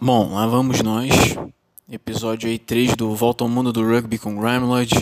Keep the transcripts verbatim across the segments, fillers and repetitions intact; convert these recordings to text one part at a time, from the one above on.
Bom, lá vamos nós. Episódio aí três do Volta ao Mundo do Rugby com Grimelod.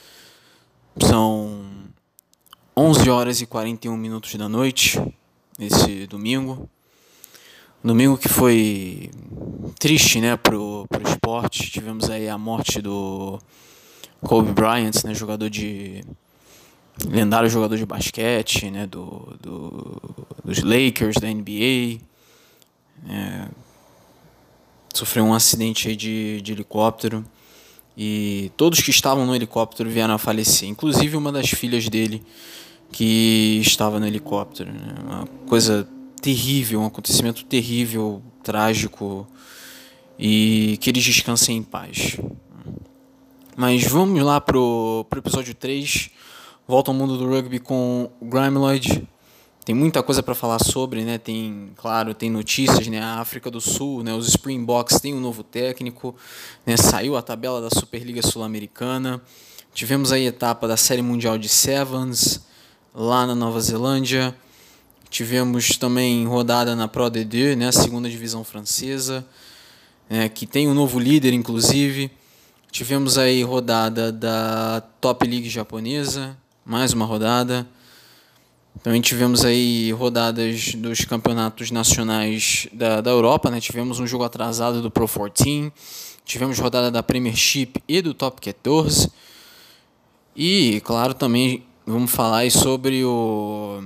São onze horas e quarenta e um minutos da noite, esse domingo. Domingo que foi triste, né, pro, pro esporte. Tivemos aí a morte do Kobe Bryant, né, jogador de... lendário jogador de basquete, né, do, do, dos Lakers, da N B A. É, sofreu um acidente aí de, de helicóptero e todos que estavam no helicóptero vieram a falecer, inclusive uma das filhas dele que estava no helicóptero, né? Uma coisa terrível, um acontecimento terrível, trágico, e que eles descansem em paz. Mas vamos lá pro, pro episódio três, Volta ao Mundo do Rugby com o Grimelod. Tem muita coisa para falar sobre, né? Tem, claro, tem notícias, né? A África do Sul, né? Os Springboks têm um novo técnico, né? Saiu a tabela da Superliga Sul-Americana. Tivemos aí a etapa da Série Mundial de Sevens, lá na Nova Zelândia. Tivemos também rodada na Pro D deux, né? A segunda divisão francesa, né? Que tem um novo líder, inclusive. Tivemos aí rodada da Top League japonesa, mais uma rodada. Também tivemos aí rodadas dos campeonatos nacionais da, da Europa, né? Tivemos um jogo atrasado do Pro quatorze, tivemos rodada da Premiership e do Top quatorze. E, claro, também vamos falar aí sobre o...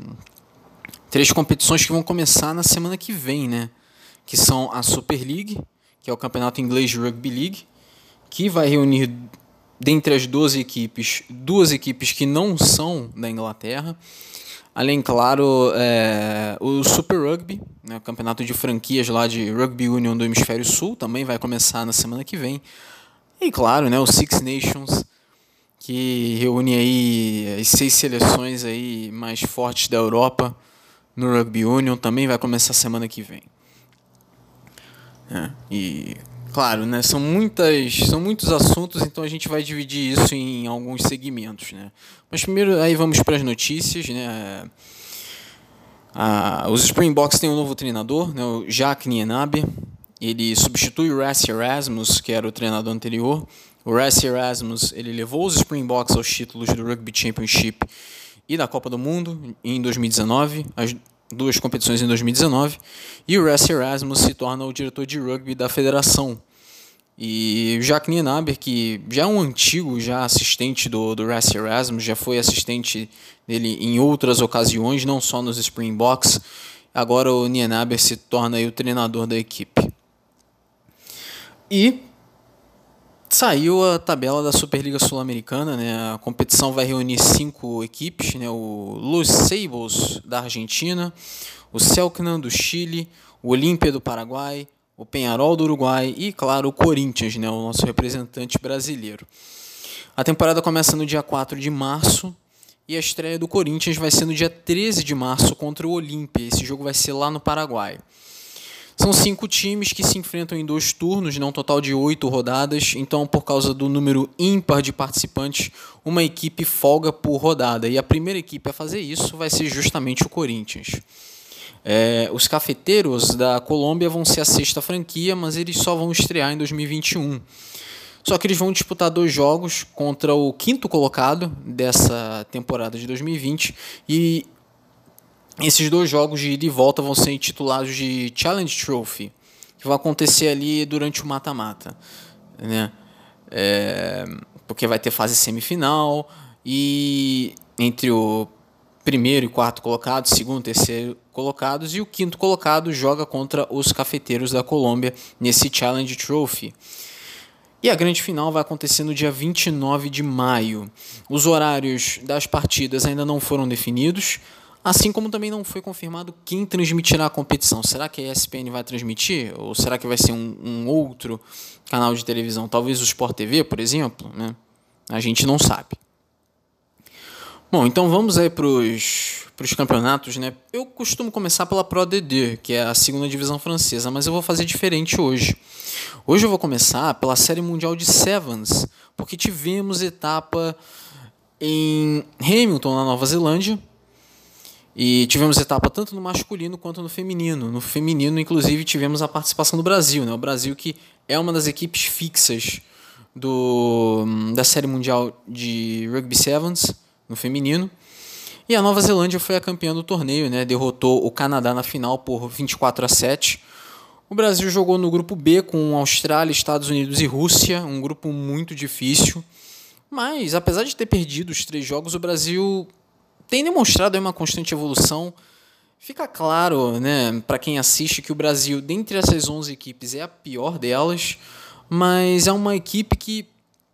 três competições que vão começar na semana que vem, né? Que são a Super League, que é o campeonato inglês de Rugby League, que vai reunir, dentre as doze equipes, duas equipes que não são da Inglaterra. Além, claro, é, o Super Rugby, né, o campeonato de franquias lá de Rugby Union do Hemisfério Sul, também vai começar na semana que vem. E, claro, né, o Six Nations, que reúne aí as seis seleções aí mais fortes da Europa no Rugby Union, também vai começar semana que vem. É, e... Claro, né? São, muitas, são muitos assuntos, então a gente vai dividir isso em alguns segmentos, né? Mas primeiro aí vamos para as notícias, né? Ah, os Springboks têm um novo treinador, né? O Jacques Nienaber. Ele substitui o Rassie Erasmus, que era o treinador anterior. O Rassie Erasmus ele levou os Springboks aos títulos do Rugby Championship e da Copa do Mundo em dois mil e dezenove. As duas competições em dois mil e dezenove, e o Rassie Erasmus se torna o diretor de rugby da federação. E o Jacques Nienaber, que já é um antigo já assistente do, do Rassie Erasmus, já foi assistente dele em outras ocasiões, não só nos Springboks, agora o Nienaber se torna aí o treinador da equipe. E saiu a tabela da Superliga Sul-Americana, né? A competição vai reunir cinco equipes, né? O Los Sables da Argentina, o Selknam do Chile, o Olímpia do Paraguai, o Peñarol do Uruguai e, claro, o Corinthians, né? O nosso representante brasileiro. A temporada começa no dia quatro de março e a estreia do Corinthians vai ser no dia treze de março contra o Olímpia. Esse jogo vai ser lá no Paraguai. São cinco times que se enfrentam em dois turnos, né, um total de oito rodadas. Então, por causa do número ímpar de participantes, uma equipe folga por rodada. E a primeira equipe a fazer isso vai ser justamente o Corinthians. É, os Cafeteiros da Colômbia vão ser a sexta franquia, mas eles só vão estrear em dois mil e vinte e um. Só que eles vão disputar dois jogos contra o quinto colocado dessa temporada de dois mil e vinte e esses dois jogos de ida e volta vão ser intitulados de Challenge Trophy, que vai acontecer ali durante o mata-mata, né? É, porque vai ter fase semifinal e entre o primeiro e quarto colocado, segundo e terceiro colocados, e o quinto colocado joga contra os Cafeteiros da Colômbia nesse Challenge Trophy. E a grande final vai acontecer no dia vinte e nove de maio. Os horários das partidas ainda não foram definidos, assim como também não foi confirmado quem transmitirá a competição. Será que a E S P N vai transmitir? Ou será que vai ser um, um outro canal de televisão? Talvez o Sport T V, por exemplo, né? A gente não sabe. Bom, então vamos aí para os campeonatos, né? Eu costumo começar pela Pro D deux, que é a segunda divisão francesa, mas eu vou fazer diferente hoje. Hoje eu vou começar pela Série Mundial de Sevens, porque tivemos etapa em Hamilton, na Nova Zelândia, E tivemos etapa tanto no masculino quanto no feminino. No feminino, inclusive, tivemos a participação do Brasil, né? O Brasil, que é uma das equipes fixas do, da Série Mundial de Rugby Sevens no feminino. E a Nova Zelândia foi a campeã do torneio, né? Derrotou o Canadá na final por vinte e quatro a sete. O Brasil jogou no grupo B com Austrália, Estados Unidos e Rússia, um grupo muito difícil. Mas, apesar de ter perdido os três jogos, o Brasil tem demonstrado uma constante evolução. Fica claro, né, para quem assiste, que o Brasil, dentre essas onze equipes, é a pior delas, mas é uma equipe que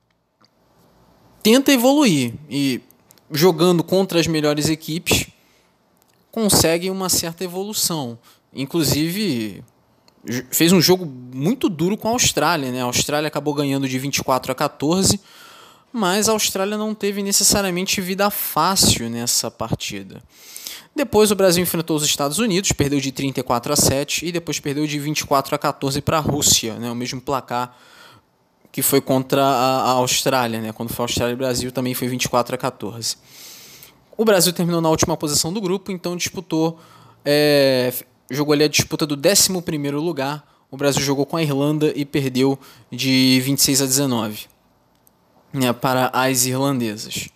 tenta evoluir e, jogando contra as melhores equipes, consegue uma certa evolução. Inclusive, fez um jogo muito duro com a Austrália, né? A Austrália acabou ganhando de vinte e quatro a quatorze, mas a Austrália não teve necessariamente vida fácil nessa partida. Depois o Brasil enfrentou os Estados Unidos, perdeu de trinta e quatro a sete e depois perdeu de vinte e quatro a quatorze para a Rússia, né? O mesmo placar que foi contra a Austrália, né? Quando foi Austrália e Brasil também foi vinte e quatro a quatorze. O Brasil terminou na última posição do grupo, então disputou, é, jogou ali a disputa do décimo primeiro lugar. O Brasil jogou com a Irlanda e perdeu de vinte e seis a dezenove. Né, para as irlandesas.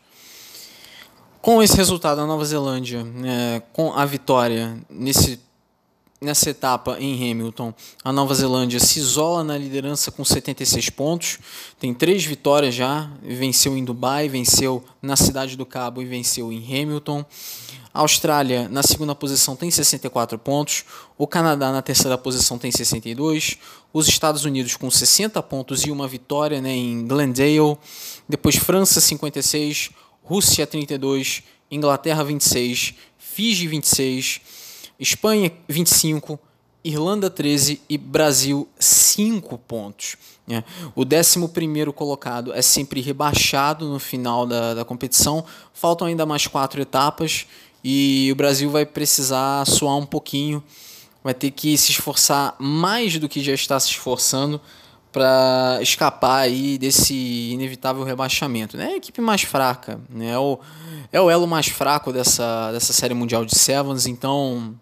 Com esse resultado, a Nova Zelândia, né, com a vitória nesse, nessa etapa em Hamilton, a Nova Zelândia se isola na liderança com setenta e seis pontos, tem três vitórias já, venceu em Dubai, venceu na Cidade do Cabo e venceu em Hamilton. A Austrália, na segunda posição, tem sessenta e quatro pontos. O Canadá, na terceira posição, tem sessenta e dois. Os Estados Unidos, com sessenta pontos e uma vitória, né, em Glendale. Depois, França, cinquenta e seis. Rússia, trinta e dois. Inglaterra, vinte e seis. Fiji, vinte e seis. Espanha, vinte e cinco. Irlanda, treze. E Brasil, cinco pontos. Né? O décimo primeiro colocado é sempre rebaixado no final da, da competição. Faltam ainda mais quatro etapas. E o Brasil vai precisar suar um pouquinho, vai ter que se esforçar mais do que já está se esforçando para escapar aí desse inevitável rebaixamento. Né? É a equipe mais fraca, né? é, o, é o elo mais fraco dessa, dessa Série Mundial de Sevens, então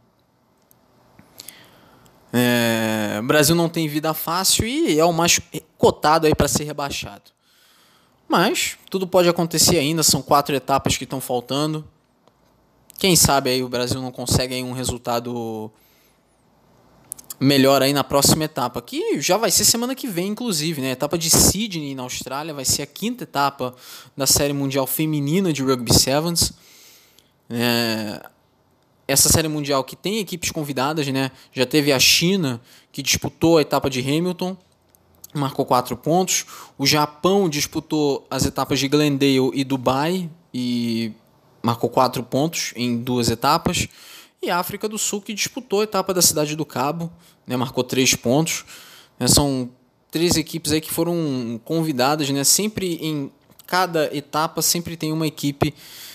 é, o Brasil não tem vida fácil e é o mais cotado aí para ser rebaixado. Mas tudo pode acontecer ainda, são quatro etapas que estão faltando. Quem sabe aí o Brasil não consegue aí um resultado melhor aí na próxima etapa, que já vai ser semana que vem, inclusive, né? A etapa de Sydney, na Austrália, vai ser a quinta etapa da Série Mundial Feminina de Rugby Sevens. É, essa Série Mundial que tem equipes convidadas, né? Já teve a China, que disputou a etapa de Hamilton, marcou quatro pontos. O Japão disputou as etapas de Glendale e Dubai e marcou quatro pontos em duas etapas. E a África do Sul, que disputou a etapa da Cidade do Cabo, né, marcou três pontos. Né, são três equipes aí que foram convidadas, né, sempre em cada etapa sempre tem uma equipe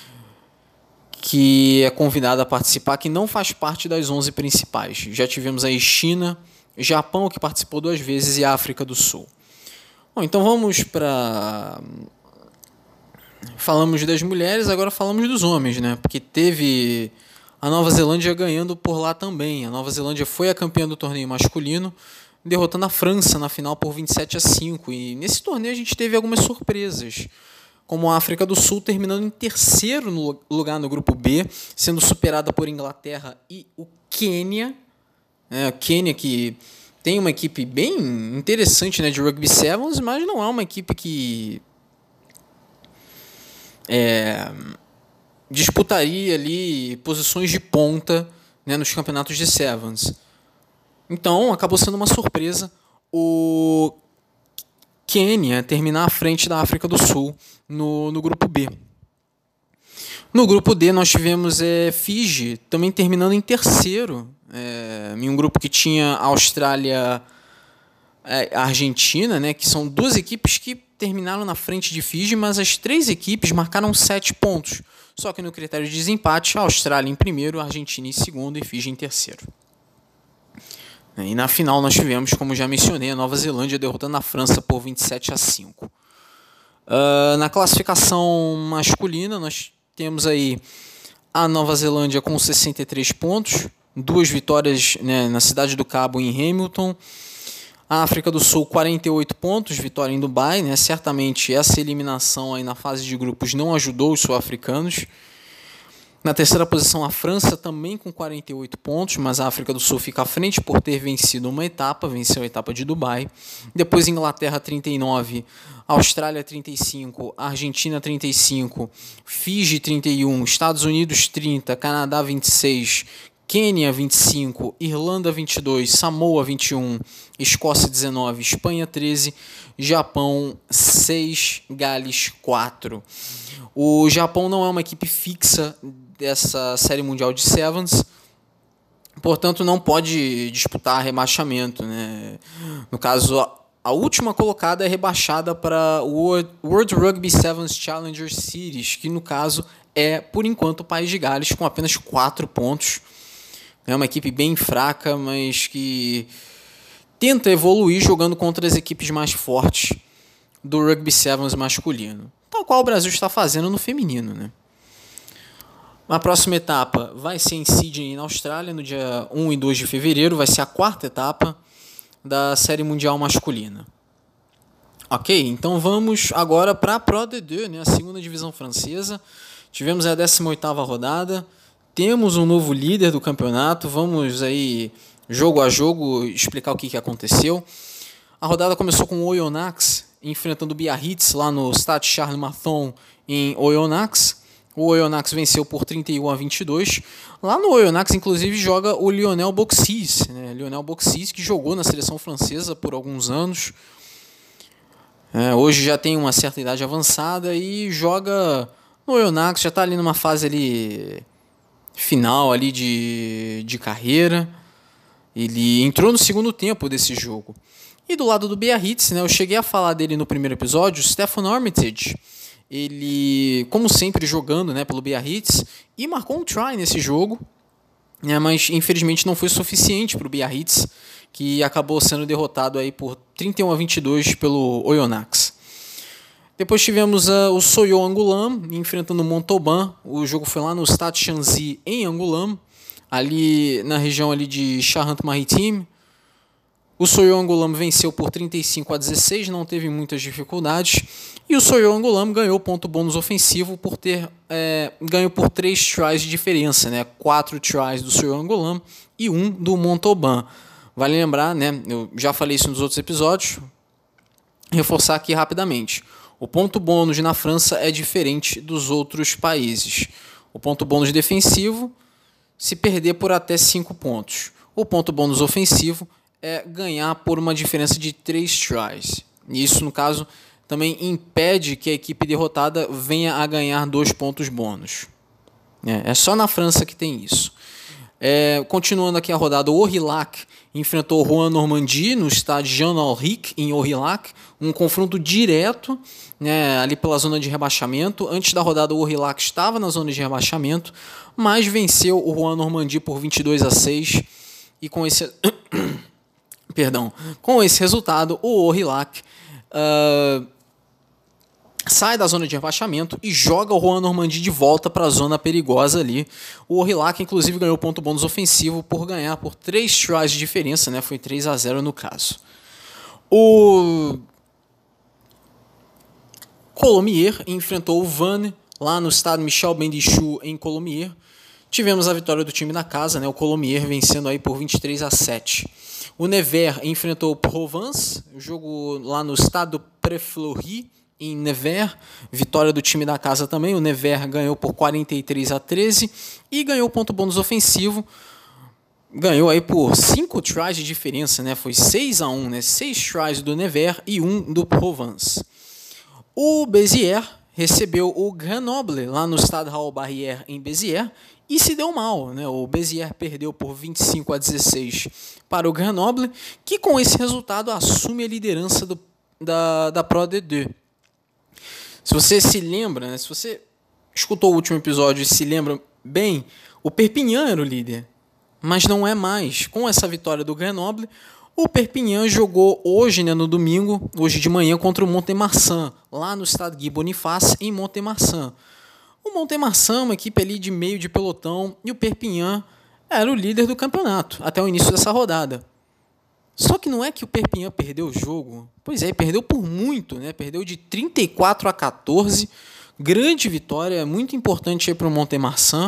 que é convidada a participar, que não faz parte das onze principais. Já tivemos aí China, Japão, que participou duas vezes, e a África do Sul. Bom, então vamos para... Falamos das mulheres, agora falamos dos homens, né? Porque teve a Nova Zelândia ganhando por lá também. A Nova Zelândia foi a campeã do torneio masculino, derrotando a França na final por vinte e sete a cinco. E nesse torneio a gente teve algumas surpresas, como a África do Sul terminando em terceiro no lugar no grupo B, sendo superada por Inglaterra e o Quênia. É, o Quênia, que tem uma equipe bem interessante, né, de Rugby Sevens, mas não é uma equipe que É, disputaria ali posições de ponta, né, nos campeonatos de Sevens. Então acabou sendo uma surpresa o Quênia terminar à frente da África do Sul no, no grupo B. No grupo D nós tivemos é, Fiji também terminando em terceiro, é, em um grupo que tinha a Austrália, é, a Argentina, né, que são duas equipes que terminaram na frente de Fiji, mas as três equipes marcaram sete pontos. Só que no critério de desempate, a Austrália em primeiro, a Argentina em segundo e Fiji em terceiro. E na final nós tivemos, como já mencionei, a Nova Zelândia derrotando a França por vinte e sete a cinco. Uh, na classificação masculina, nós temos aí A Nova Zelândia com sessenta e três pontos, duas vitórias, né, na Cidade do Cabo e em Hamilton. A África do Sul, quarenta e oito pontos, vitória em Dubai, né? Certamente essa eliminação aí na fase de grupos não ajudou os sul-africanos. Na terceira posição, a França também com quarenta e oito pontos, mas a África do Sul fica à frente por ter vencido uma etapa, venceu a etapa de Dubai. Depois, Inglaterra, trinta e nove, Austrália, trinta e cinco, Argentina, trinta e cinco, Fiji, trinta e um, Estados Unidos, trinta, Canadá, vinte e seis, Quênia, vinte e cinco, Irlanda, vinte e dois, Samoa, vinte e um, Escócia, dezenove, Espanha, treze, Japão, seis, Gales, quatro. O Japão não é uma equipe fixa dessa Série Mundial de Sevens, portanto não pode disputar rebaixamento, né? No caso, a última colocada é rebaixada para o World Rugby Sevens Challenger Series, que no caso é, por enquanto, o País de Gales, com apenas quatro pontos. É uma equipe bem fraca, mas que tenta evoluir jogando contra as equipes mais fortes do Rugby Sevens masculino, tal qual o Brasil está fazendo no feminino, né? A próxima etapa vai ser em Sydney, na Austrália, no dia um e dois de fevereiro, vai ser a quarta etapa da Série Mundial masculina. Ok, então vamos agora para a Pro D dois, né, a segunda divisão francesa. Tivemos a décima oitava rodada, temos um novo líder do campeonato, vamos aí jogo a jogo explicar o que, que aconteceu. A rodada começou com o Oyonnax enfrentando o Biarritz lá no Stade Charles Mathon em Oyonnax. O Oyonnax venceu por trinta e um a vinte e dois. Lá no Oyonnax, inclusive, joga o Lionel Boxis, né? Lionel Boxis, que jogou na seleção francesa por alguns anos. É, hoje já tem uma certa idade avançada e joga no Oyonnax, já está ali numa fase ali final ali de, de carreira. Ele entrou no segundo tempo desse jogo. E do lado do Biarritz, né, eu cheguei a falar dele no primeiro episódio, o Stefan Armitage. Ele, como sempre, jogando, né, pelo Biarritz, e marcou um try nesse jogo, né, mas infelizmente não foi suficiente para o Biarritz, que acabou sendo derrotado aí por trinta e um a vinte e dois pelo Oyonnax. Depois tivemos uh, o Soyo Angoulême enfrentando o Montauban. O jogo foi lá no Stade Chanzy, em Angoulême, ali na região ali de Charente-Maritime. O Soyo Angoulême venceu por trinta e cinco a dezesseis, não teve muitas dificuldades. E o Soyo Angoulême ganhou ponto bônus ofensivo por ter é, ganho por três tries de diferença, né? Quatro tries do Soyo Angoulême e um do Montauban. Vale lembrar, né? Eu já falei isso nos outros episódios. Reforçar aqui rapidamente. O ponto bônus na França é diferente dos outros países. O ponto bônus defensivo, se perder por até cinco pontos. O ponto bônus ofensivo é ganhar por uma diferença de três tries. E isso, no caso, também impede que a equipe derrotada venha a ganhar dois pontos bônus. É, é só na França que tem isso. É, continuando aqui a rodada, o Aurillac enfrentou o Rouen Normandie no estádio Jean Alric, em Aurillac. Um confronto direto, né, ali pela zona de rebaixamento. Antes da rodada, o Aurillac estava na zona de rebaixamento, mas venceu o Rouen Normandie por vinte e dois a seis. E com esse... Perdão, com esse resultado, o Aurillac uh, sai da zona de rebaixamento e joga o Rouen Normandie de volta para a zona perigosa ali. O Aurillac, inclusive, ganhou ponto bônus ofensivo por ganhar por três tries de diferença, né? Foi três a zero no caso. O Colomiers enfrentou o Vannes lá no estádio Michel Bendichou em Colomiers. Tivemos a vitória do time da casa, né? O Colomiers vencendo aí por vinte e três a sete. O Nevers enfrentou o Provence, o jogo lá no estado Pré-Fleury, em Nevers, vitória do time da casa também. O Nevers ganhou por quarenta e três a treze e ganhou ponto bônus ofensivo. Ganhou aí por cinco tries de diferença, né? Foi seis a um, né? seis tries do Nevers e um do Provence. O Béziers recebeu o Grenoble lá no Stade Raoul Barrière em Béziers e se deu mal, né? O Béziers perdeu por vinte e cinco a dezesseis para o Grenoble, que com esse resultado assume a liderança do, da, da Pro D dois. Se você se lembra, né? Se você escutou o último episódio e se lembra bem, o Perpignan era o líder, mas não é mais. Com essa vitória do Grenoble, o Perpignan jogou hoje, né, no domingo, hoje de manhã, contra o Mont-de-Marsan, lá no Stade Guy Boniface, em Mont-de-Marsan. O Montemarçan, uma equipe ali de meio de pelotão, e o Perpignan era o líder do campeonato até o início dessa rodada. Só que não é que o Perpignan perdeu o jogo. Pois é, perdeu por muito, né? Perdeu de trinta e quatro a quatorze. Grande vitória, muito importante para o Montemarçan.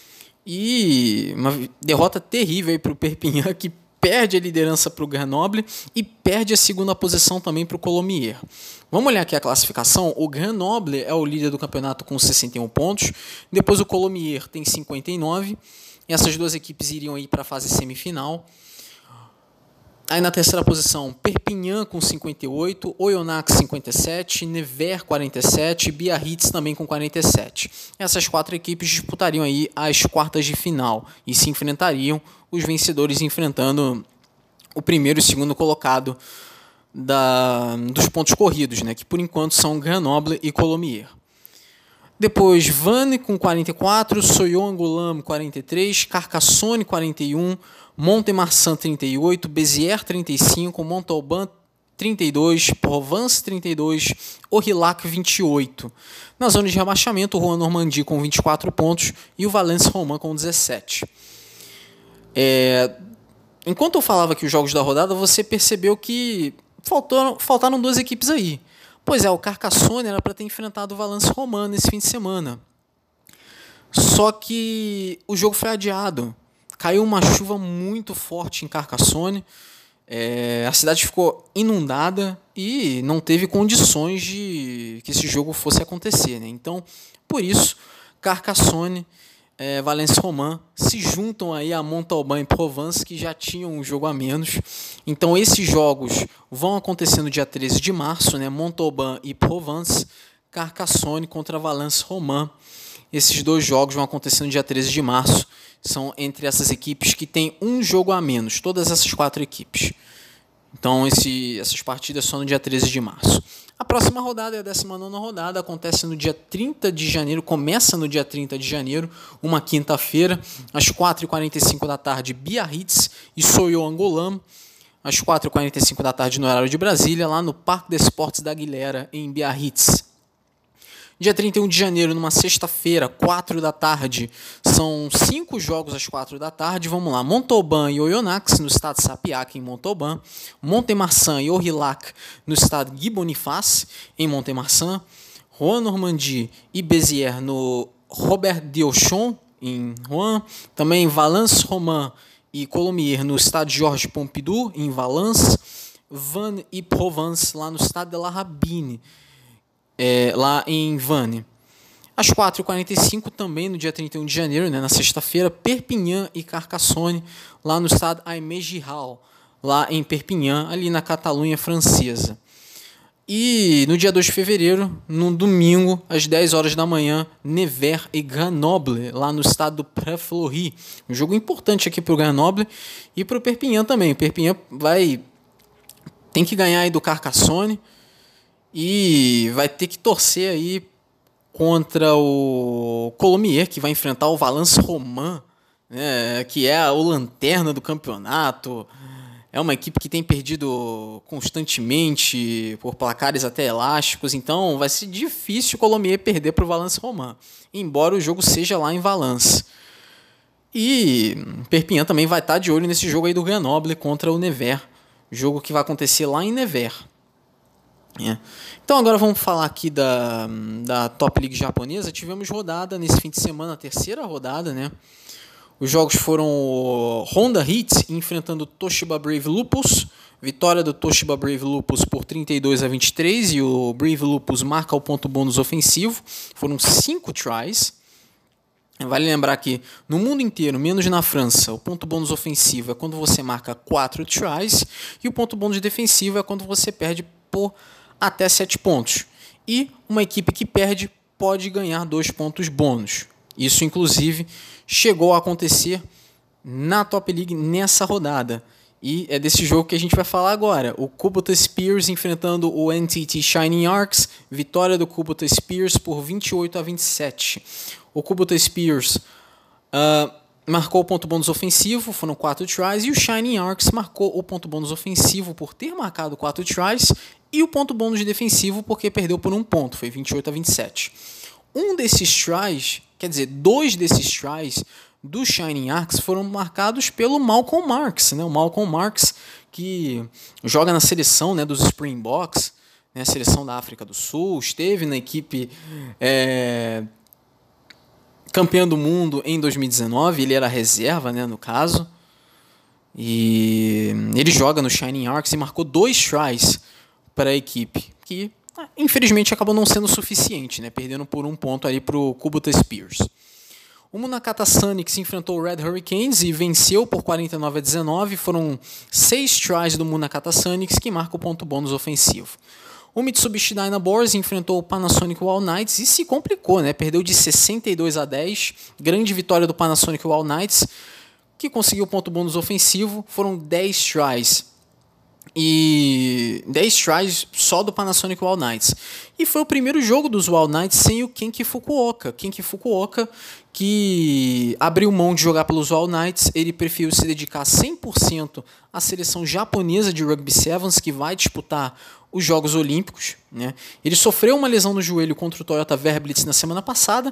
E uma derrota terrível para o Perpignan, que perde a liderança para o Grenoble e perde a segunda posição também para o Colomiers. Vamos olhar aqui a classificação. O Grenoble é o líder do campeonato com sessenta e um pontos. Depois o Colomiers tem cinquenta e nove. E essas duas equipes iriam ir para a fase semifinal. Aí na terceira posição, Perpignan com cinquenta e oito, Oyonnax cinquenta e sete, Nevers quarenta e sete, Biarritz também com quarenta e sete. Essas quatro equipes disputariam aí as quartas de final e se enfrentariam, os vencedores enfrentando o primeiro e segundo colocado da, dos pontos corridos, né, que por enquanto são Grenoble e Colomiers. Depois Vannes com quarenta e quatro, Soyon-Angoulême quarenta e três, Carcassonne quarenta e um, Montemarçan trinta e oito, Béziers trinta e cinco, Montauban trinta e dois, Provence trinta e dois, Aurillac vinte e oito. Na zona de rebaixamento, o Rouen Normandie com vinte e quatro pontos e o Valence Roman com dezessete. É, enquanto eu falava aqui os jogos da rodada, você percebeu que faltaram, faltaram duas equipes aí. Pois é, o Carcassonne era para ter enfrentado o Valence Roman nesse fim de semana. Só que o jogo foi adiado. Caiu uma chuva muito forte em Carcassonne. É, a cidade ficou inundada e não teve condições de que esse jogo fosse acontecer, né? Então, por isso, Carcassonne, é, Valence Roman se juntam aí a Montauban e Provence, que já tinham um jogo a menos. Então, esses jogos vão acontecer no dia treze de março, né? Montauban e Provence, Carcassonne contra Valence Roman. Esses dois jogos vão acontecer no dia treze de março. São entre essas equipes que têm um jogo a menos, todas essas quatro equipes. Então, esse, essas partidas são no dia treze de março. A próxima rodada é a décima nona rodada, acontece no dia trinta de janeiro, começa no dia trinta de janeiro, uma quinta-feira, às quatro e quarenta e cinco da tarde, Biarritz e Soyon-Angoulême, às quatro e quarenta e cinco da tarde no horário de Brasília, lá no Parque des Sports da Guilherme, em Biarritz. Dia trinta e um de janeiro, numa sexta-feira, quatro da tarde, são cinco jogos às quatro da tarde. Vamos lá, Montauban e Oyonnax no estado Sapiac, em Montauban. Montemarçan e Aurillac no estado Guy Boniface, em Montemarçan. Rouen Normandie e Béziers no Robert Diochon, em Rouen. Também Valence Roman e Colomiers no estado Georges Pompidou, em Valence. Vannes e Provence, lá no estado de La Rabine, É, lá em Vannes. Às quatro e quarenta e cinco, também no dia trinta e um de janeiro, né, na sexta-feira, Perpignan e Carcassonne, lá no estado Aimé-Giral, lá em Perpignan, ali na Catalunha francesa. E no dia dois de fevereiro, no domingo, às dez horas da manhã, Nevers e Grenoble, lá no estado do Pré-Fleury. Um jogo importante aqui para o Grenoble e para o Perpignan também. O Perpignan vai, tem que ganhar aí do Carcassonne, e vai ter que torcer aí contra o Colomiers, que vai enfrentar o Valence Roman, né, que é o lanterna do campeonato. É uma equipe que tem perdido constantemente por placares até elásticos. Então vai ser difícil o Colomiers perder para o Valence Roman, embora o jogo seja lá em Valence. E Perpignan também vai estar de olho nesse jogo aí do Grenoble contra o Nevers, jogo que vai acontecer lá em Nevers. É. Então agora vamos falar aqui da, da Top League japonesa. Tivemos rodada nesse fim de semana, a terceira rodada, né? Os jogos foram o Honda Heat enfrentando o Toshiba Brave Lupus. Vitória do Toshiba Brave Lupus por trinta e dois a vinte e três, e o Brave Lupus marca o ponto bônus ofensivo. Foram cinco tries. Vale lembrar que no mundo inteiro, menos na França, o ponto bônus ofensivo é quando você marca quatro tries, e o ponto bônus defensivo é quando você perde por até sete pontos. E uma equipe que perde pode ganhar dois pontos bônus. Isso, inclusive, chegou a acontecer na Top League nessa rodada. E é desse jogo que a gente vai falar agora. O Kubota Spears enfrentando o N T T Shining Arcs. Vitória do Kubota Spears por vinte e oito a vinte e sete. O Kubota Spears uh, marcou o ponto bônus ofensivo, foram quatro tries. E o Shining Arcs marcou o ponto bônus ofensivo por ter marcado quatro tries. E o ponto bônus defensivo porque perdeu por um ponto, foi vinte e oito a vinte e sete. Um desses tries, quer dizer, dois desses tries do Shining Arcs foram marcados pelo Malcolm Marx, né? O Malcolm Marx, que joga na seleção, né, dos Springboks, né, a seleção da África do Sul, esteve na equipe é, campeã do mundo em dois mil e dezenove, ele era reserva, né, no caso, e ele joga no Shining Arcs e marcou dois tries para a equipe, que infelizmente acabou não sendo suficiente, né, perdendo por um ponto ali para o Kubota Spears. O Munakata Sonics enfrentou o Red Hurricanes e venceu por quarenta e nove a dezenove. Foram seis tries do Munakata Sonics que marca o ponto bônus ofensivo. O Mitsubishi Dynaboars enfrentou o Panasonic Wild Knights e se complicou, né? Perdeu de sessenta e dois a dez. Grande vitória do Panasonic Wild Knights, que conseguiu ponto bônus ofensivo. Foram dez tries. E dez tries só do Panasonic Wild Knights. E foi o primeiro jogo dos Wild Knights sem o Kenki Fukuoka. Kenki Fukuoka, que abriu mão de jogar pelos Wild Knights, ele preferiu se dedicar cem por cento à seleção japonesa de Rugby Sevens, que vai disputar os Jogos Olímpicos, né? Ele sofreu uma lesão no joelho contra o Toyota Verblitz na semana passada,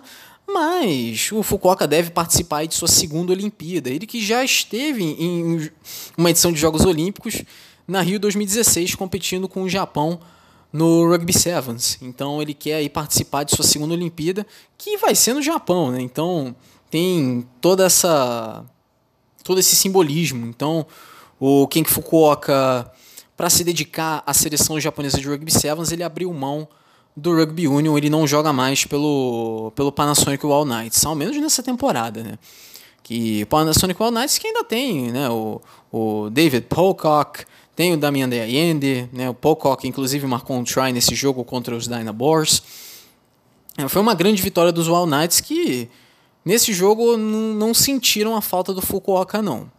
mas o Fukuoka deve participar de sua segunda Olimpíada. Ele que já esteve em uma edição de Jogos Olímpicos na Rio dois mil e dezesseis, competindo com o Japão no Rugby Sevens. Então ele quer aí participar de sua segunda Olimpíada, que vai ser no Japão, né? Então tem toda essa todo esse simbolismo. Então o Kenki Fukuoka, para se dedicar à seleção japonesa de Rugby Sevens, ele abriu mão do Rugby Union. Ele não joga mais pelo, pelo Panasonic Wild Knights, ao menos nessa temporada, né? Que o Panasonic Wild Knights que ainda tem, né, o, o David Pocock, tem o Damian De Allende, né, o Pocock inclusive marcou um try nesse jogo contra os Dynaboars. Foi uma grande vitória dos Wild Knights, que nesse jogo não, não sentiram a falta do Fukuoka, não.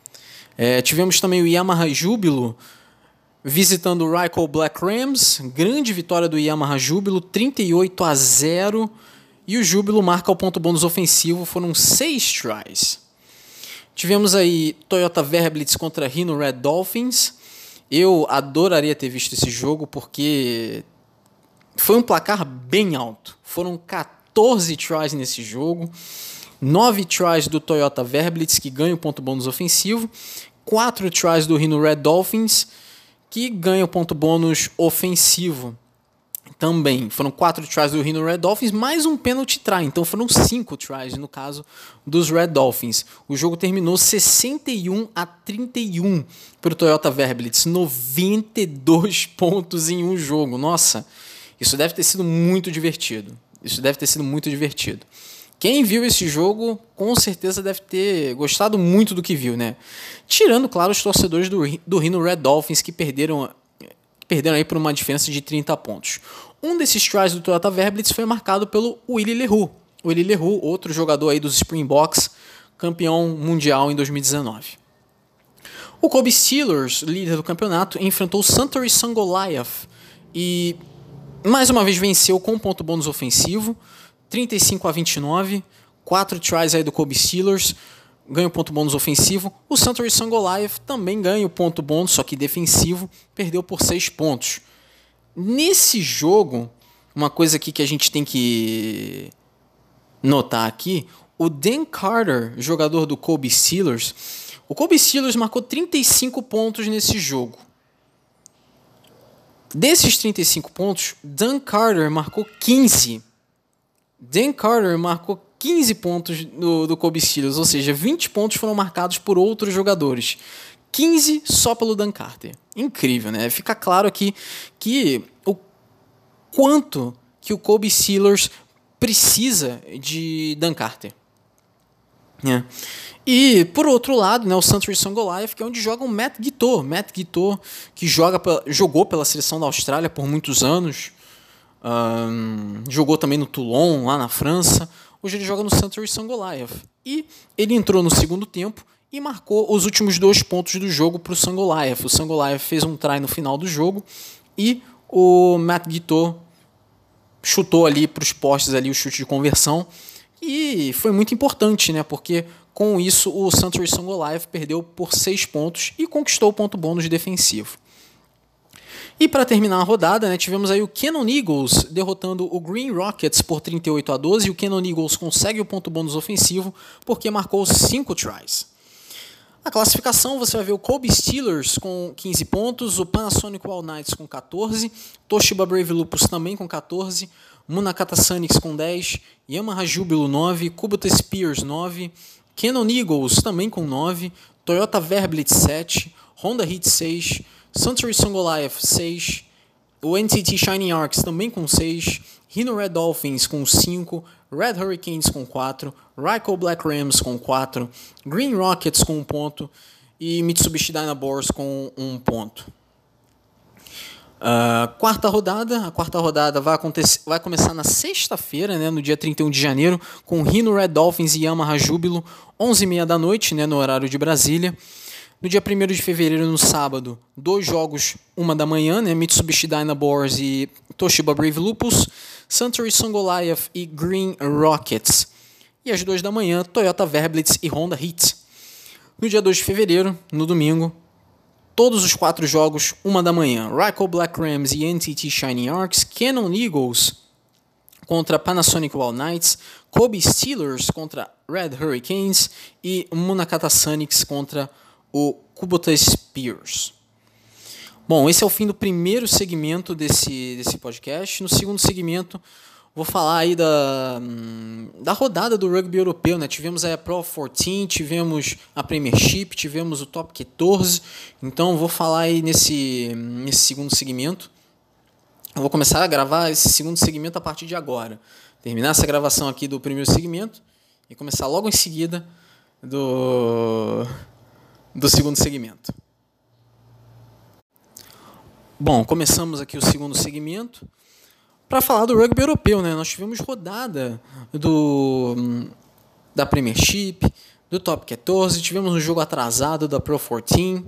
É, tivemos também o Yamaha Júbilo visitando o Raiko Black Rams. Grande vitória do Yamaha Júbilo, trinta e oito a zero. E o Júbilo marca o ponto bônus ofensivo, foram seis tries. Tivemos aí Toyota Verblitz contra Rhino Red Dolphins. Eu adoraria ter visto esse jogo, porque foi um placar bem alto. Foram quatorze tries nesse jogo. nove tries do Toyota Verblitz, que ganha o ponto bônus ofensivo. quatro tries do Rhino Red Dolphins, que ganha o ponto bônus ofensivo também. Foram quatro tries do Rhino Red Dolphins, mais um penalty try. Então foram cinco tries no caso dos Red Dolphins. O jogo terminou sessenta e um a trinta e um para o Toyota Verblitz. noventa e dois pontos em um jogo. Nossa, isso deve ter sido muito divertido. Isso deve ter sido muito divertido. Quem viu esse jogo, com certeza deve ter gostado muito do que viu, né? Tirando, claro, os torcedores do, do Rhino Red Dolphins, que perderam, perderam aí por uma diferença de trinta pontos. Um desses tries do Toyota Verblitz foi marcado pelo Willy Leroux. O Willy Leroux, outro jogador aí dos Springboks, campeão mundial em dois mil e dezenove. O Kobe Steelers, líder do campeonato, enfrentou o Suntory Sun Goliath e mais uma vez venceu com ponto bônus ofensivo, trinta e cinco a vinte e nove, quatro tries aí do Kobe Steelers, ganha o ponto bônus ofensivo. O Suntory Sun Goliath também ganha o ponto bônus, só que defensivo, perdeu por seis pontos. Nesse jogo, uma coisa aqui que a gente tem que notar aqui, o Dan Carter, jogador do Kobe Steelers, o Kobe Steelers marcou trinta e cinco pontos nesse jogo. Desses trinta e cinco pontos, Dan Carter marcou quinze. Dan Carter marcou quinze pontos do, do Kobe Steelers, ou seja, vinte pontos foram marcados por outros jogadores. quinze só pelo Dan Carter. Incrível, né? Fica claro aqui que o quanto que o Kobe Steelers precisa de Dan Carter. É. E, por outro lado, né, o Suntory Sun Goliath, que é onde joga o Matt Guiteau. Matt Guiteau, que joga pela, jogou pela seleção da Austrália por muitos anos. Um, jogou também no Toulon, lá na França. Hoje ele joga no Suntory Sun Goliath. E ele entrou no segundo tempo e marcou os últimos dois pontos do jogo para o Sun Goliath. O Sun Goliath fez um try no final do jogo e o Matt Guiteau chutou ali para os postes ali o chute de conversão. E foi muito importante, né? Porque com isso o Suntory Sun Goliath perdeu por seis pontos e conquistou o ponto bônus defensivo. E para terminar a rodada, né, tivemos aí o Cannon Eagles derrotando o Green Rockets por trinta e oito a doze. E o Cannon Eagles consegue o ponto bônus ofensivo porque marcou cinco tries. A classificação, você vai ver o Kobe Steelers com quinze pontos, o Panasonic Wild Knights com quatorze, Toshiba Brave Lupus também com quatorze, Munakata Sonics com dez, Yamaha Júbilo nove, Kubota Spears nove, Cannon Eagles também com nove, Toyota Verblitz sete, Honda Hit seis, Suntory Son Goliath seis, o N T T Shining Arcs também com seis, Rhino Red Dolphins com cinco, Red Hurricanes com quatro, Ryko Black Rams com quatro, Green Rockets com um ponto e Mitsubishi Dynaboars com um ponto. Uh, quarta rodada, a quarta rodada vai, acontecer, vai começar na sexta-feira, né, no dia trinta e um de janeiro, com Rhino Red Dolphins e Yamaha Júbilo, onze e meia da noite, né, no horário de Brasília. No dia primeiro de fevereiro, no sábado, dois jogos, uma da manhã, né, Mitsubishi Dynaboars e Toshiba Brave Lupus, Suntory Son Goliath e Green Rockets. E às duas da manhã, Toyota Verblitz e Honda Hit. No dia dois de fevereiro, no domingo, todos os quatro jogos, uma da manhã, Ryko Black Rams e N T T Shining Arcs, Cannon Eagles contra Panasonic Wild Knights, Kobe Steelers contra Red Hurricanes e Munakata Sonics contra o Kubota Spears. Bom, esse é o fim do primeiro segmento desse, desse podcast. No segundo segmento, vou falar aí da, da rodada do rugby europeu, né? Tivemos aí a Pro quatorze, tivemos a Premiership, tivemos o Top quatorze. Então, vou falar aí nesse, nesse segundo segmento. Eu vou começar a gravar esse segundo segmento a partir de agora. Terminar essa gravação aqui do primeiro segmento e começar logo em seguida do... do segundo segmento. Bom, começamos aqui o segundo segmento para falar do rugby europeu, né? Nós tivemos rodada do, da Premiership, do Top quatorze, tivemos um jogo atrasado da Pro quatorze,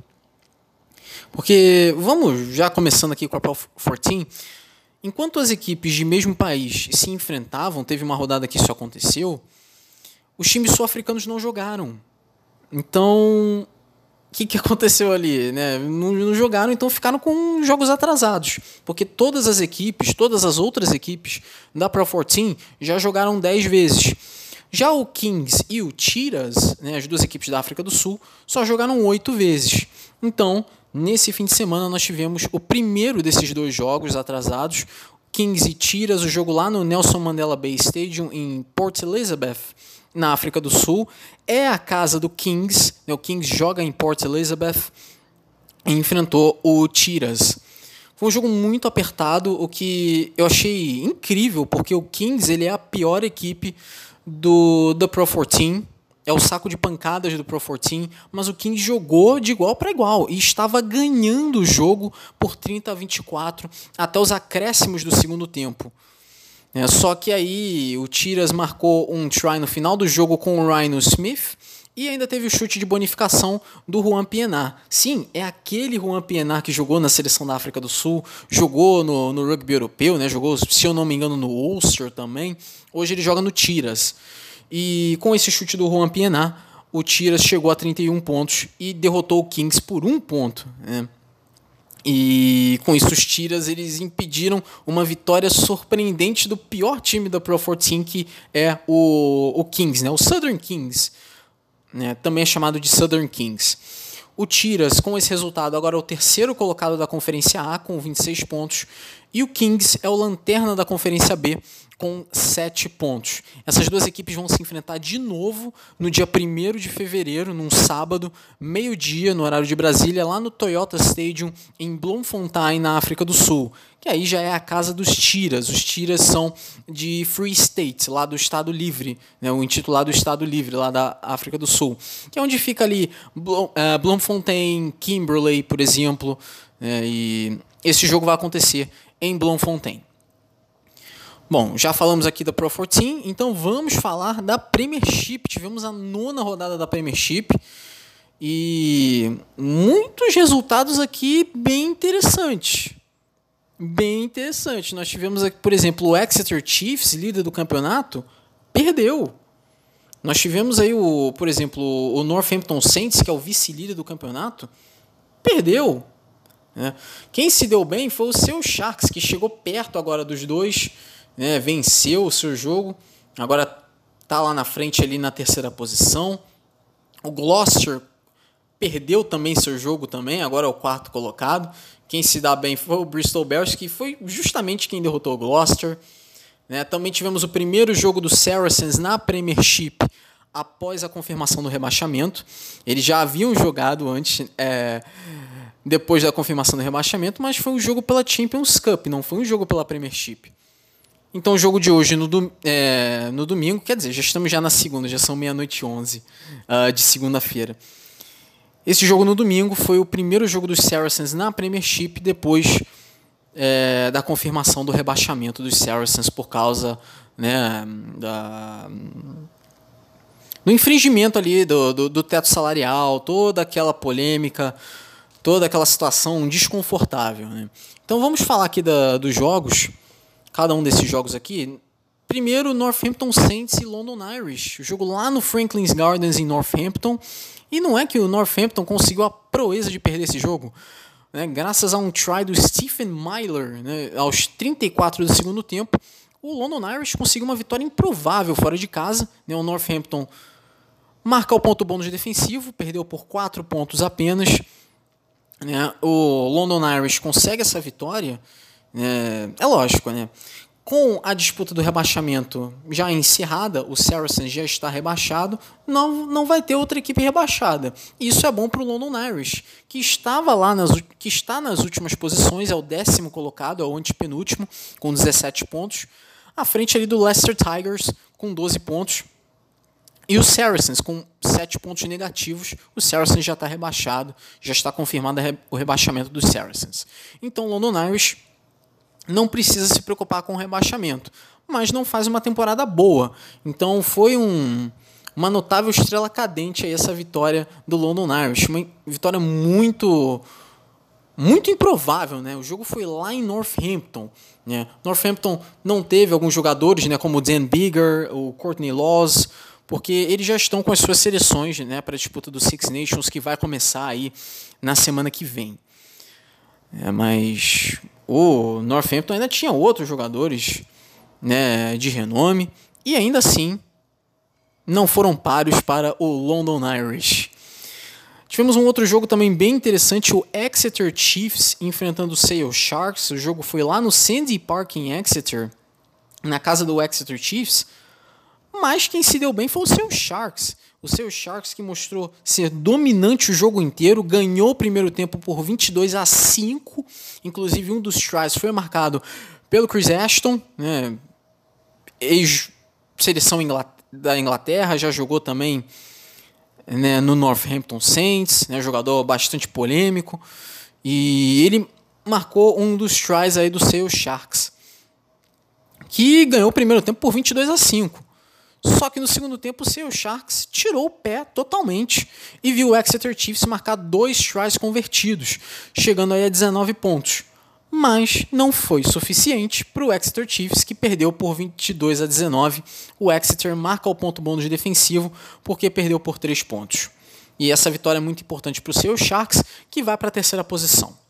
porque, vamos já começando aqui com a Pro quatorze, enquanto as equipes de mesmo país se enfrentavam, teve uma rodada que isso aconteceu, os times sul-africanos não jogaram. Então, o que, que aconteceu ali? Né? Não, não jogaram, então ficaram com jogos atrasados. Porque todas as equipes, todas as outras equipes da Pro quatorze já jogaram dez vezes. Já o Kings e o Tiras, né, as duas equipes da África do Sul, só jogaram oito vezes. Então, nesse fim de semana, nós tivemos o primeiro desses dois jogos atrasados. Kings e Tiras, o jogo lá no Nelson Mandela Bay Stadium, em Port Elizabeth, na África do Sul. É a casa do Kings, né? O Kings joga em Port Elizabeth e enfrentou o Tiras. Foi um jogo muito apertado, o que eu achei incrível, porque o Kings ele é a pior equipe do, da Pro quatorze, é o saco de pancadas do Pro quatorze, mas o Kings jogou de igual para igual e estava ganhando o jogo por trinta a vinte e quatro até os acréscimos do segundo tempo. É, só que aí o Tiras marcou um try no final do jogo com o Rhino Smith e ainda teve o chute de bonificação do Juan Pienaar. Sim, é aquele Juan Pienaar que jogou na seleção da África do Sul, jogou no, no rugby europeu, né? Jogou, se eu não me engano, no Ulster também. Hoje ele joga no Tiras. E com esse chute do Juan Pienaar, o Tiras chegou a trinta e um pontos e derrotou o Kings por um ponto, né? E com isso os Tiras eles impediram uma vitória surpreendente do pior time da Pro quatorze, que é o, o Kings, né? O Southern Kings, né? Também é chamado de Southern Kings. O Tiras, com esse resultado, agora é o terceiro colocado da Conferência A, com vinte e seis pontos, e o Kings é o lanterna da Conferência B, com sete pontos. Essas duas equipes vão se enfrentar de novo no dia primeiro de fevereiro, num sábado, meio-dia, no horário de Brasília, lá no Toyota Stadium, em Bloemfontein, na África do Sul, que aí já é a casa dos Tiras. Os Tiras são de Free State, lá do Estado Livre, né, o intitulado Estado Livre, lá da África do Sul, que é onde fica ali Bloemfontein, Kimberley, por exemplo, né, e esse jogo vai acontecer em Bloemfontein. Bom, já falamos aqui da Pro quatorze, então vamos falar da Premiership. Tivemos a nona rodada da Premiership e muitos resultados aqui bem interessantes. Bem interessante. Nós tivemos aqui, por exemplo, o Exeter Chiefs, líder do campeonato, perdeu. Nós tivemos aí, o, por exemplo, o Northampton Saints, que é o vice-líder do campeonato, perdeu. né? Quem se deu bem foi o seu Sharks, que chegou perto agora dos dois, né? Venceu o seu jogo, agora está lá na frente ali na terceira posição. O Gloucester perdeu também seu jogo também, agora é o quarto colocado. Quem se dá bem foi o Bristol Bears, que foi justamente quem derrotou o Gloucester, né? Também tivemos o primeiro jogo do Saracens na Premiership após a confirmação do rebaixamento. Eles já haviam jogado antes, é, depois da confirmação do rebaixamento, mas foi um jogo pela Champions Cup, não foi um jogo pela Premiership. Então o jogo de hoje no, do, é, no domingo, quer dizer, já estamos já na segunda, já são meia-noite e onze uh, de segunda-feira. Esse jogo no domingo foi o primeiro jogo dos Saracens na Premiership depois é, da confirmação do rebaixamento dos Saracens por causa, né, da, do infringimento ali do, do, do teto salarial, toda aquela polêmica, toda aquela situação desconfortável, né? Então vamos falar aqui da, dos jogos, cada um desses jogos aqui. Primeiro, Northampton Saints e London Irish, o jogo lá no Franklin's Gardens em Northampton. E não é que o Northampton conseguiu a proeza de perder esse jogo, né? Graças a um try do Stephen Myler, né, aos trinta e quatro do segundo tempo, o London Irish conseguiu uma vitória improvável fora de casa, né? O Northampton marca o ponto bônus defensivo, perdeu por quatro pontos apenas, né? O London Irish consegue essa vitória, né? É lógico, né? Com a disputa do rebaixamento já encerrada, o Saracens já está rebaixado, não, não vai ter outra equipe rebaixada. Isso é bom para o London Irish, que estava lá nas, que está nas últimas posições, é o décimo colocado, é o antepenúltimo, com dezessete pontos, à frente ali do Leicester Tigers, com doze pontos, e o Saracens com sete pontos negativos. O Saracens já está rebaixado, já está confirmado o rebaixamento dos Saracens. Então o London Irish não precisa se preocupar com o rebaixamento, mas não faz uma temporada boa. Então foi um, uma notável estrela cadente aí essa vitória do London Irish, uma vitória muito muito improvável, né? O jogo foi lá em Northampton, né? Northampton não teve alguns jogadores, né, como o Dan Biggar, o Courtney Laws, porque eles já estão com as suas seleções, né, para a disputa do Six Nations, que vai começar aí na semana que vem. É, mas o Northampton ainda tinha outros jogadores, né, de renome, e ainda assim não foram páreos para o London Irish. Tivemos um outro jogo também bem interessante, o Exeter Chiefs enfrentando o Sale Sharks. O jogo foi lá no Sandy Park em Exeter, na casa do Exeter Chiefs, mas quem se deu bem foi o Sale Sharks. O Sale Sharks, que mostrou ser dominante o jogo inteiro, ganhou o primeiro tempo por vinte e dois a cinco. Inclusive, um dos tries foi marcado pelo Chris Ashton, né, ex-seleção da Inglaterra, já jogou também, né, no Northampton Saints, né, jogador bastante polêmico. E ele marcou um dos tries aí do Sale Sharks, que ganhou o primeiro tempo por vinte e dois a cinco. Só que no segundo tempo o Sale Sharks tirou o pé totalmente e viu o Exeter Chiefs marcar dois tries convertidos, chegando aí a dezenove pontos. Mas não foi suficiente para o Exeter Chiefs, que perdeu por vinte e dois a dezenove. O Exeter marca o ponto bônus defensivo porque perdeu por três pontos. E essa vitória é muito importante para o Sale Sharks, que vai para a terceira posição.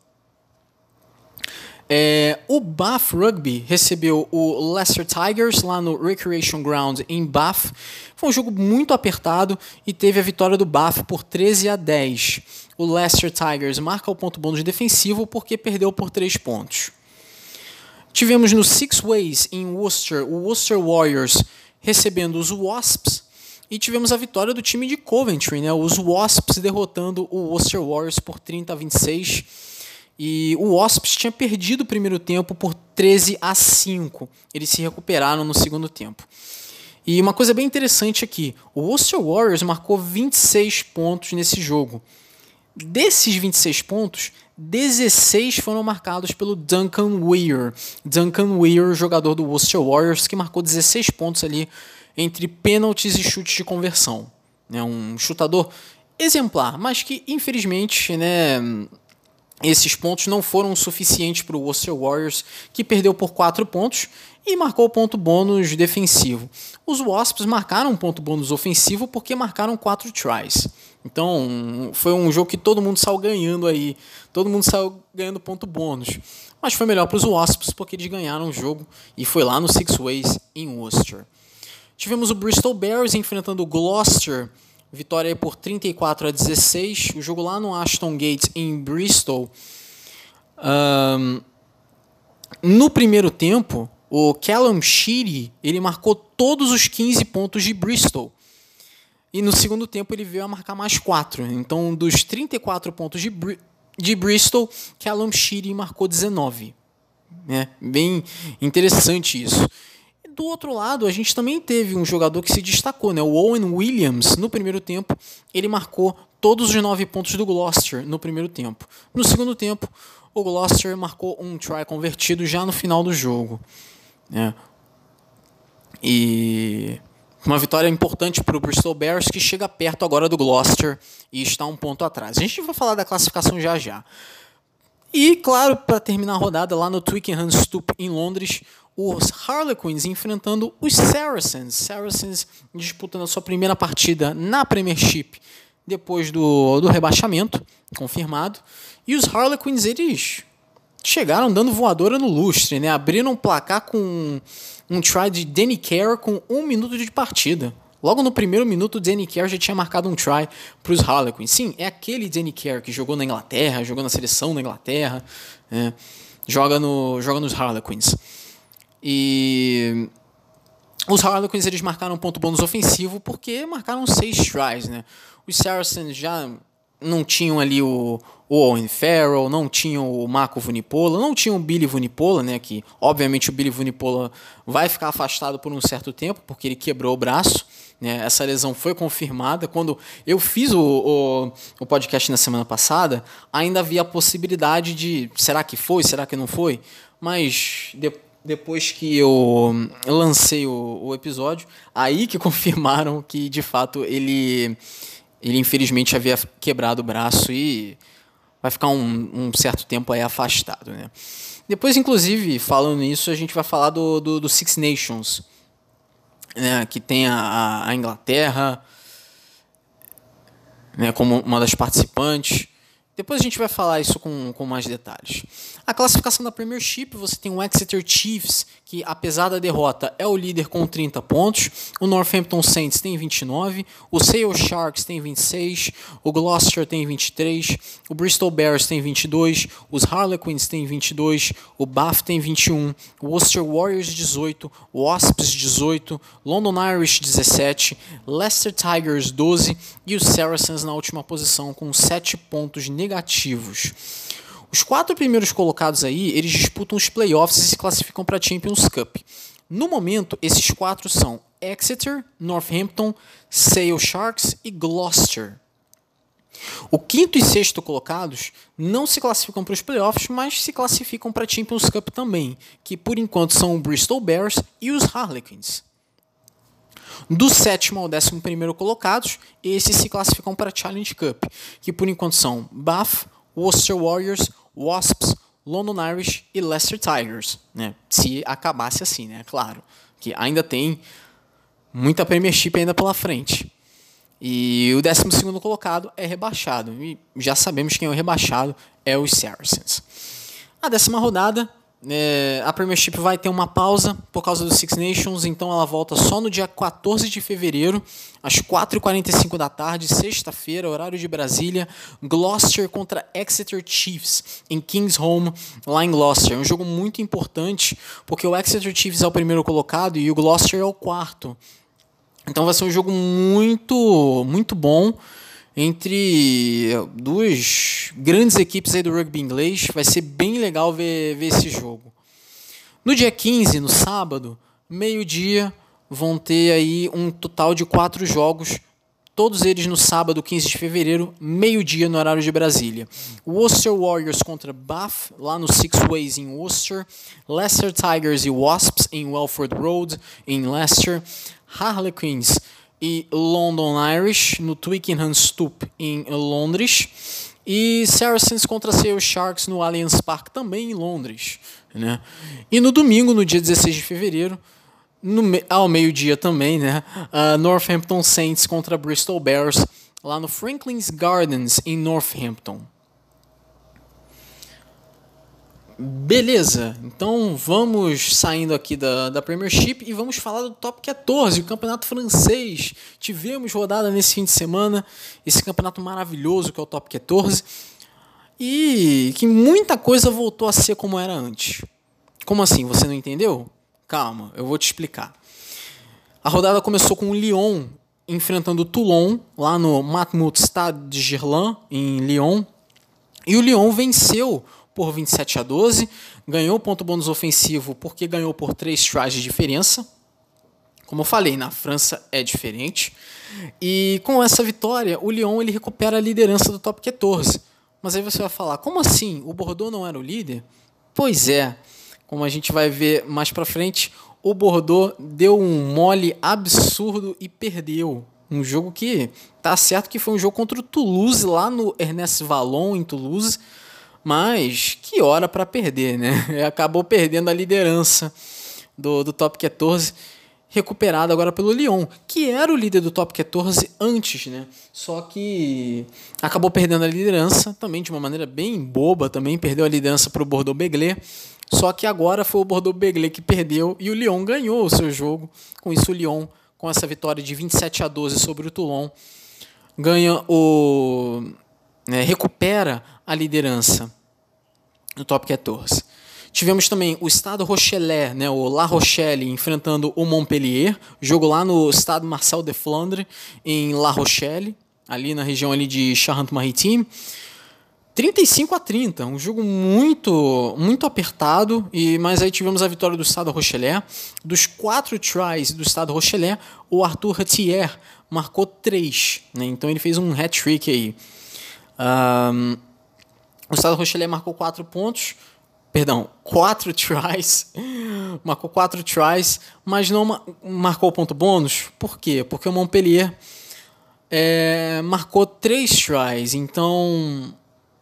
É, o Bath Rugby recebeu o Leicester Tigers lá no Recreation Ground em Bath. Foi um jogo muito apertado e teve a vitória do Bath por treze a dez. O Leicester Tigers marca o ponto bônus defensivo porque perdeu por três pontos. Tivemos no Six Ways em Worcester, o Worcester Warriors recebendo os Wasps. E tivemos a vitória do time de Coventry, né? Os Wasps derrotando o Worcester Warriors por trinta a vinte e seis. E o Wasps tinha perdido o primeiro tempo por treze a cinco. Eles se recuperaram no segundo tempo. E uma coisa bem interessante aqui, o Worcester Warriors marcou vinte e seis pontos nesse jogo. Desses vinte e seis pontos, dezesseis foram marcados pelo Duncan Weir. Duncan Weir, jogador do Worcester Warriors, que marcou dezesseis pontos ali entre pênaltis e chutes de conversão. É um chutador exemplar, mas que infelizmente, né, esses pontos não foram suficientes para o Worcester Warriors, que perdeu por quatro pontos e marcou ponto bônus defensivo. Os Wasps marcaram um ponto bônus ofensivo porque marcaram quatro tries. Então, foi um jogo que todo mundo saiu ganhando aí. Todo mundo saiu ganhando ponto bônus. Mas foi melhor para os Wasps porque eles ganharam o jogo e foi lá no Six Ways em Worcester. Tivemos o Bristol Bears enfrentando o Gloucester. Vitória por trinta e quatro a dezesseis. O jogo lá no Ashton Gate em Bristol. Um, no primeiro tempo, o Callum Sheedy, ele marcou todos os quinze pontos de Bristol. E no segundo tempo ele veio a marcar mais quatro. Então, dos trinta e quatro pontos de, Br- de Bristol, Callum Sheedy marcou dezenove. É bem interessante isso. E do outro lado, a gente também teve um jogador que se destacou, né? O Owen Williams, no primeiro tempo, ele marcou todos os nove pontos do Gloucester no primeiro tempo. No segundo tempo, o Gloucester marcou um try convertido já no final do jogo. É. E uma vitória importante para o Bristol Bears, que chega perto agora do Gloucester e está um ponto atrás. A gente vai falar da classificação já já. E, claro, para terminar a rodada, lá no Twickenham Stoop, em Londres, os Harlequins enfrentando os Saracens. Saracens disputando a sua primeira partida na Premiership depois do, do rebaixamento, confirmado. E os Harlequins, eles chegaram dando voadora no lustre, né? Abriram um placar com um try de Danny Kerr com um minuto de partida. Logo no primeiro minuto, o Danny Kerr já tinha marcado um try para os Harlequins. Sim, é aquele Danny Kerr que jogou na Inglaterra, jogou na seleção da Inglaterra, né? joga, no, joga nos Harlequins. E os Harlequins, eles marcaram um ponto bônus ofensivo porque marcaram seis tries, né? Os Saracens já não tinham ali o, o Owen Farrell, não tinham o Marco Vunipola, não tinham o Billy Vunipola, né, que obviamente o Billy Vunipola vai ficar afastado por um certo tempo, porque ele quebrou o braço, né, essa lesão foi confirmada. Quando eu fiz o, o, o podcast na semana passada, ainda havia a possibilidade de, será que foi, será que não foi? Mas de, depois que eu lancei o, o episódio, aí que confirmaram que de fato ele... Ele, infelizmente, havia quebrado o braço e vai ficar um, um certo tempo aí afastado, né? Depois, inclusive, falando nisso, a gente vai falar do, do, do Six Nations, né? Que tem a, a Inglaterra, né? Como uma das participantes. Depois a gente vai falar isso com, com mais detalhes. A classificação da Premiership, você tem o Exeter Chiefs, que apesar da derrota é o líder com trinta pontos, o Northampton Saints tem vinte e nove, o Sale Sharks tem vinte e seis, o Gloucester tem vinte e três, o Bristol Bears tem vinte e dois, os Harlequins tem vinte e dois, o Bath tem vinte e um, o Worcester Warriors dezoito, o Wasps dezoito, London Irish dezessete, Leicester Tigers doze e os Saracens na última posição com sete pontos negativos. Os quatro primeiros colocados aí, eles disputam os playoffs e se classificam para a Champions Cup. No momento, esses quatro são Exeter, Northampton, Sale Sharks e Gloucester. O quinto e sexto colocados não se classificam para os playoffs, mas se classificam para a Champions Cup também, que por enquanto são o Bristol Bears e os Harlequins. Do sétimo ao décimo primeiro colocados, esses se classificam para a Challenge Cup, que por enquanto são Bath, Worcester Warriors, Wasps, London Irish e Leicester Tigers, né? Se acabasse assim, né? Claro, que ainda tem muita Premiership ainda pela frente. E o décimo segundo colocado é rebaixado, e já sabemos quem é o rebaixado, é os Saracens. A décima rodada, É, a Premiership vai ter uma pausa por causa dos Six Nations, então ela volta só no dia quatorze de fevereiro, às quatro e quarenta e cinco da tarde, sexta-feira, horário de Brasília, Gloucester contra Exeter Chiefs, em Kingsholm, lá em Gloucester. É um jogo muito importante, porque o Exeter Chiefs é o primeiro colocado e o Gloucester é o quarto. Então vai ser um jogo muito, muito bom entre duas grandes equipes aí do rugby inglês. Vai ser bem legal ver, ver esse jogo. No dia quinze, no sábado, meio-dia, vão ter aí um total de quatro jogos, todos eles no sábado, quinze de fevereiro, meio-dia no horário de Brasília. Worcester Warriors contra Bath, lá no Six Ways em Worcester. Leicester Tigers e Wasps em Welford Road, em Leicester. Harlequins e London Irish no Twickenham Stoop em Londres. E Saracens contra Seattle Sharks no Allianz Parque, também em Londres. Né? E no domingo, no dia dezesseis de fevereiro, no, ao meio-dia também, né? Uh, Northampton Saints contra Bristol Bears, lá no Franklin's Gardens, em Northampton. Beleza, então vamos saindo aqui da, da Premiership e vamos falar do Top quatorze, o campeonato francês. Tivemos rodada nesse fim de semana, esse campeonato maravilhoso que é o Top quatorze, e que muita coisa voltou a ser como era antes. Como assim, você não entendeu? Calma, eu vou te explicar. A rodada começou com o Lyon enfrentando o Toulon, lá no Matmut Stade de Gerland, em Lyon, e o Lyon venceu por vinte e sete a doze, ganhou ponto bônus ofensivo porque ganhou por três tries de diferença. Como eu falei, na França é diferente. E com essa vitória, o Lyon ele recupera a liderança do Top quatorze. Mas aí você vai falar, como assim? O Bordeaux não era o líder? Pois é, como a gente vai ver mais pra frente, o Bordeaux deu um mole absurdo e perdeu. Um jogo que, tá certo que foi um jogo contra o Toulouse, lá no Ernest Vallon, em Toulouse, mas que hora para perder, né? Acabou perdendo a liderança do, do Top quatorze, recuperada agora pelo Lyon, que era o líder do Top quatorze antes, né? Só que acabou perdendo a liderança, também de uma maneira bem boba, também perdeu a liderança para o Bordeaux-Bègles, só que agora foi o Bordeaux-Bègles que perdeu e o Lyon ganhou o seu jogo. Com isso o Lyon, com essa vitória de vinte e sete a doze sobre o Toulon, ganha o... Né, recupera a liderança no Top quatorze. Tivemos também o Stade Rochelais, né, o La Rochelle, enfrentando o Montpellier, jogo lá no Stade Marcel de Flandre, em La Rochelle, ali na região ali de Charente-Maritime. trinta e cinco a trinta, um jogo muito, muito apertado, e, mas aí tivemos a vitória do Stade Rochelais. Dos quatro tries do Stade Rochelais, o Arthur Retier marcou três, né, então ele fez um hat-trick aí. Um, o Stade Rochelais marcou quatro pontos, perdão, quatro tries, marcou quatro tries, mas não ma- marcou ponto bônus. Por quê? Porque o Montpellier é, marcou três tries, então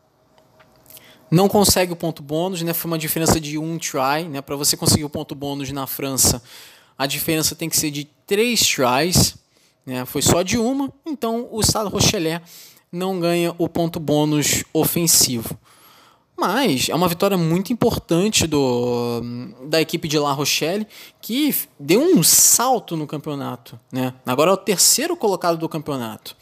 não consegue o ponto bônus, né? Foi uma diferença de um try, né? Para você conseguir o ponto bônus na França, a diferença tem que ser de três tries, né? Foi só de uma, então o Stade Rochelais não ganha o ponto bônus ofensivo. Mas é uma vitória muito importante do, da equipe de La Rochelle, que deu um salto no campeonato, né? Agora é o terceiro colocado do campeonato.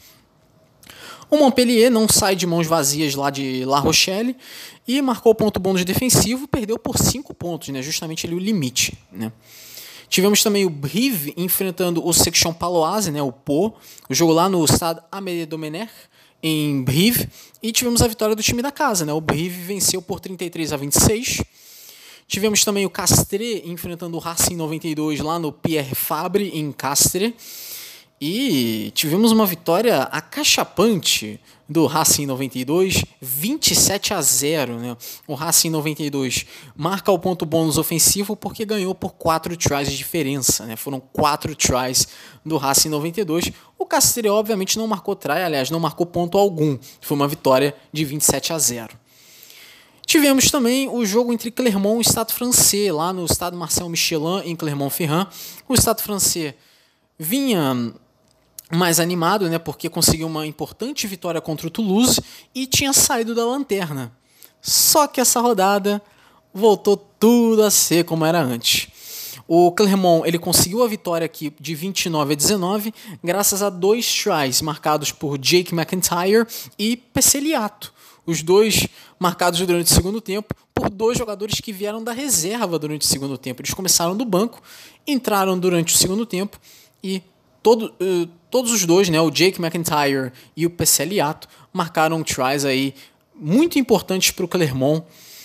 O Montpellier não sai de mãos vazias lá de La Rochelle e marcou o ponto bônus defensivo, perdeu por cinco pontos, né? Justamente ali o limite, né? Tivemos também o Brive enfrentando o Section Paloise, né? O Pau, o jogo lá no Stade Amédée Domenech, em Brive, e tivemos a vitória do time da casa, né? O Brive venceu por trinta e três a vinte e seis. Tivemos também o Castres enfrentando o Racing noventa e dois lá no Pierre Fabre, em Castres. E tivemos uma vitória acachapante do Racing noventa e dois, vinte e sete a zero. Né? O Racing noventa e dois marca o ponto bônus ofensivo porque ganhou por quatro tries de diferença. Né? Foram quatro tries do Racing noventa e dois. O Castres, obviamente, não marcou try, aliás, não marcou ponto algum. Foi uma vitória de vinte e sete a zero. Tivemos também o jogo entre Clermont e o Stade Francês, lá no Stade Marcel Michelin, em Clermont-Ferrand. O Stade Francês vinha mais animado, né, porque conseguiu uma importante vitória contra o Toulouse e tinha saído da lanterna. Só que essa rodada voltou tudo a ser como era antes. O Clermont ele conseguiu a vitória aqui de vinte e nove a dezenove graças a dois tries marcados por Jake McIntyre e Peceliato. Os dois marcados durante o segundo tempo por dois jogadores que vieram da reserva durante o segundo tempo. Eles começaram do banco, entraram durante o segundo tempo e todo, uh, todos os dois, né, o Jake McIntyre e o Peceliato, marcaram tries aí muito importantes para o Clermont,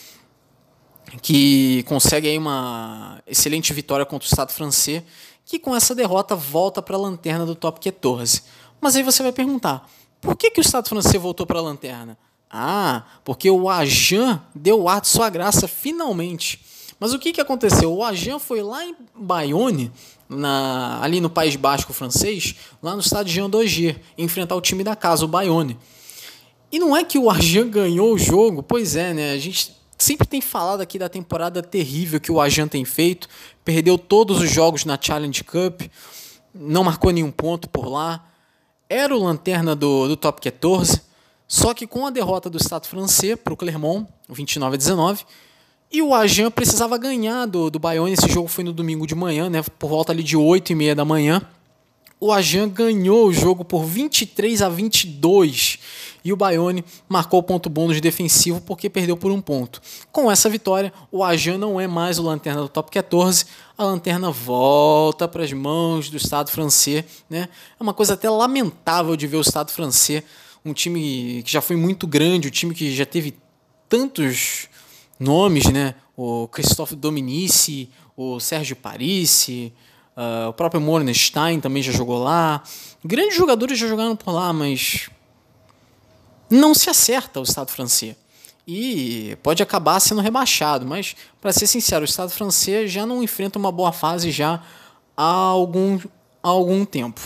que consegue aí uma excelente vitória contra o Stade Francês, que com essa derrota volta para a lanterna do Top quatorze. Mas aí você vai perguntar, por que, que o Stade Francês voltou para a lanterna? Ah, porque o Agen deu o ar de sua graça finalmente. Mas o que, que aconteceu? O Agen foi lá em Bayonne, na, ali no País Basco francês, lá no Stade Jean Daugé, enfrentar o time da casa, o Bayonne. E não é que o Ajan ganhou o jogo, pois é, né? A gente sempre tem falado aqui da temporada terrível que o Ajan tem feito, perdeu todos os jogos na Challenge Cup, não marcou nenhum ponto por lá, era o lanterna do, do top quatorze, só que com a derrota do Stade Francês para o Clermont, vinte e nove a dezenove, e o Ajan precisava ganhar do, do Bayonne. Esse jogo foi no domingo de manhã, né, por volta ali de oito e meia da manhã. O Ajan ganhou o jogo por vinte e três a vinte e dois e o Bayonne marcou o ponto bônus defensivo porque perdeu por um ponto. Com essa vitória, o Ajan não é mais o lanterna do top quatorze, a lanterna volta para as mãos do Stade Francês, né? É uma coisa até lamentável de ver o Stade Francês, um time que já foi muito grande, um time que já teve tantos nomes, né? O Christophe Dominici, o Sérgio Parisse, uh, o próprio Morenstein também já jogou lá. Grandes jogadores já jogaram por lá, mas não se acerta o Stade Francês. E pode acabar sendo rebaixado, mas, para ser sincero, o Stade Francês já não enfrenta uma boa fase já há algum, há algum tempo.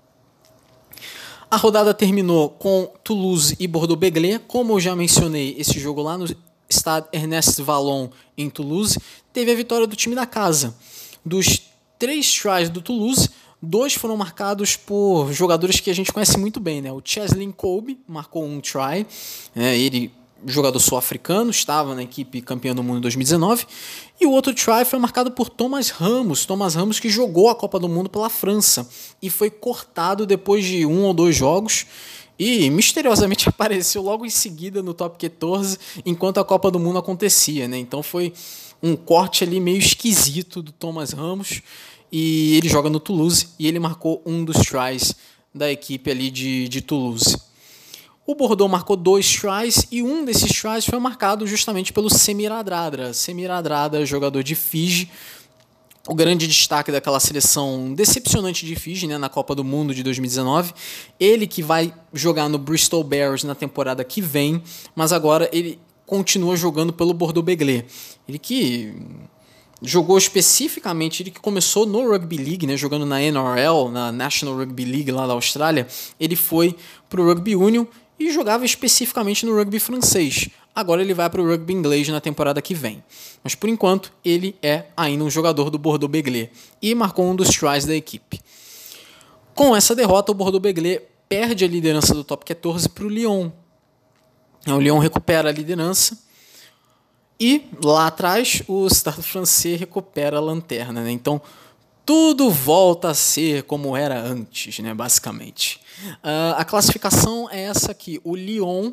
A rodada terminou com Toulouse e Bordeaux-Bègles. Como eu já mencionei, esse jogo lá no Stade Ernest Vallon, em Toulouse, teve a vitória do time da casa. Dos três tries do Toulouse, dois foram marcados por jogadores que a gente conhece muito bem, né? O Cheslin Kolbe marcou um try, né? Ele, jogador sul-africano, estava na equipe campeã do mundo em dois mil e dezenove, e o outro try foi marcado por Thomas Ramos, Thomas Ramos que jogou a Copa do Mundo pela França e foi cortado depois de um ou dois jogos e misteriosamente apareceu logo em seguida no top quatorze enquanto a Copa do Mundo acontecia, né? Então foi um corte ali meio esquisito do Thomas Ramos, e ele joga no Toulouse e ele marcou um dos tries da equipe ali de, de Toulouse. O Bordeaux marcou dois tries e um desses tries foi marcado justamente pelo Semir Adradra. Semir Adradra, jogador de Fiji, o grande destaque daquela seleção decepcionante de Fiji, né, na Copa do Mundo de dois mil e dezenove. Ele que vai jogar no Bristol Bears na temporada que vem, mas agora ele continua jogando pelo Bordeaux-Bègles. Ele que jogou especificamente, ele que começou no Rugby League, né, jogando na N R L, na National Rugby League lá da Austrália. Ele foi para o Rugby Union e jogava especificamente no rugby francês. Agora ele vai para o rugby inglês na temporada que vem. Mas por enquanto ele é ainda um jogador do Bordeaux-Bègles e marcou um dos tries da equipe. Com essa derrota, o Bordeaux-Bègles perde a liderança do top quatorze para o Lyon. O Lyon recupera a liderança e lá atrás o Stade Francês recupera a lanterna, né? Então tudo volta a ser como era antes, né, basicamente. Uh, a classificação é essa aqui. O Lyon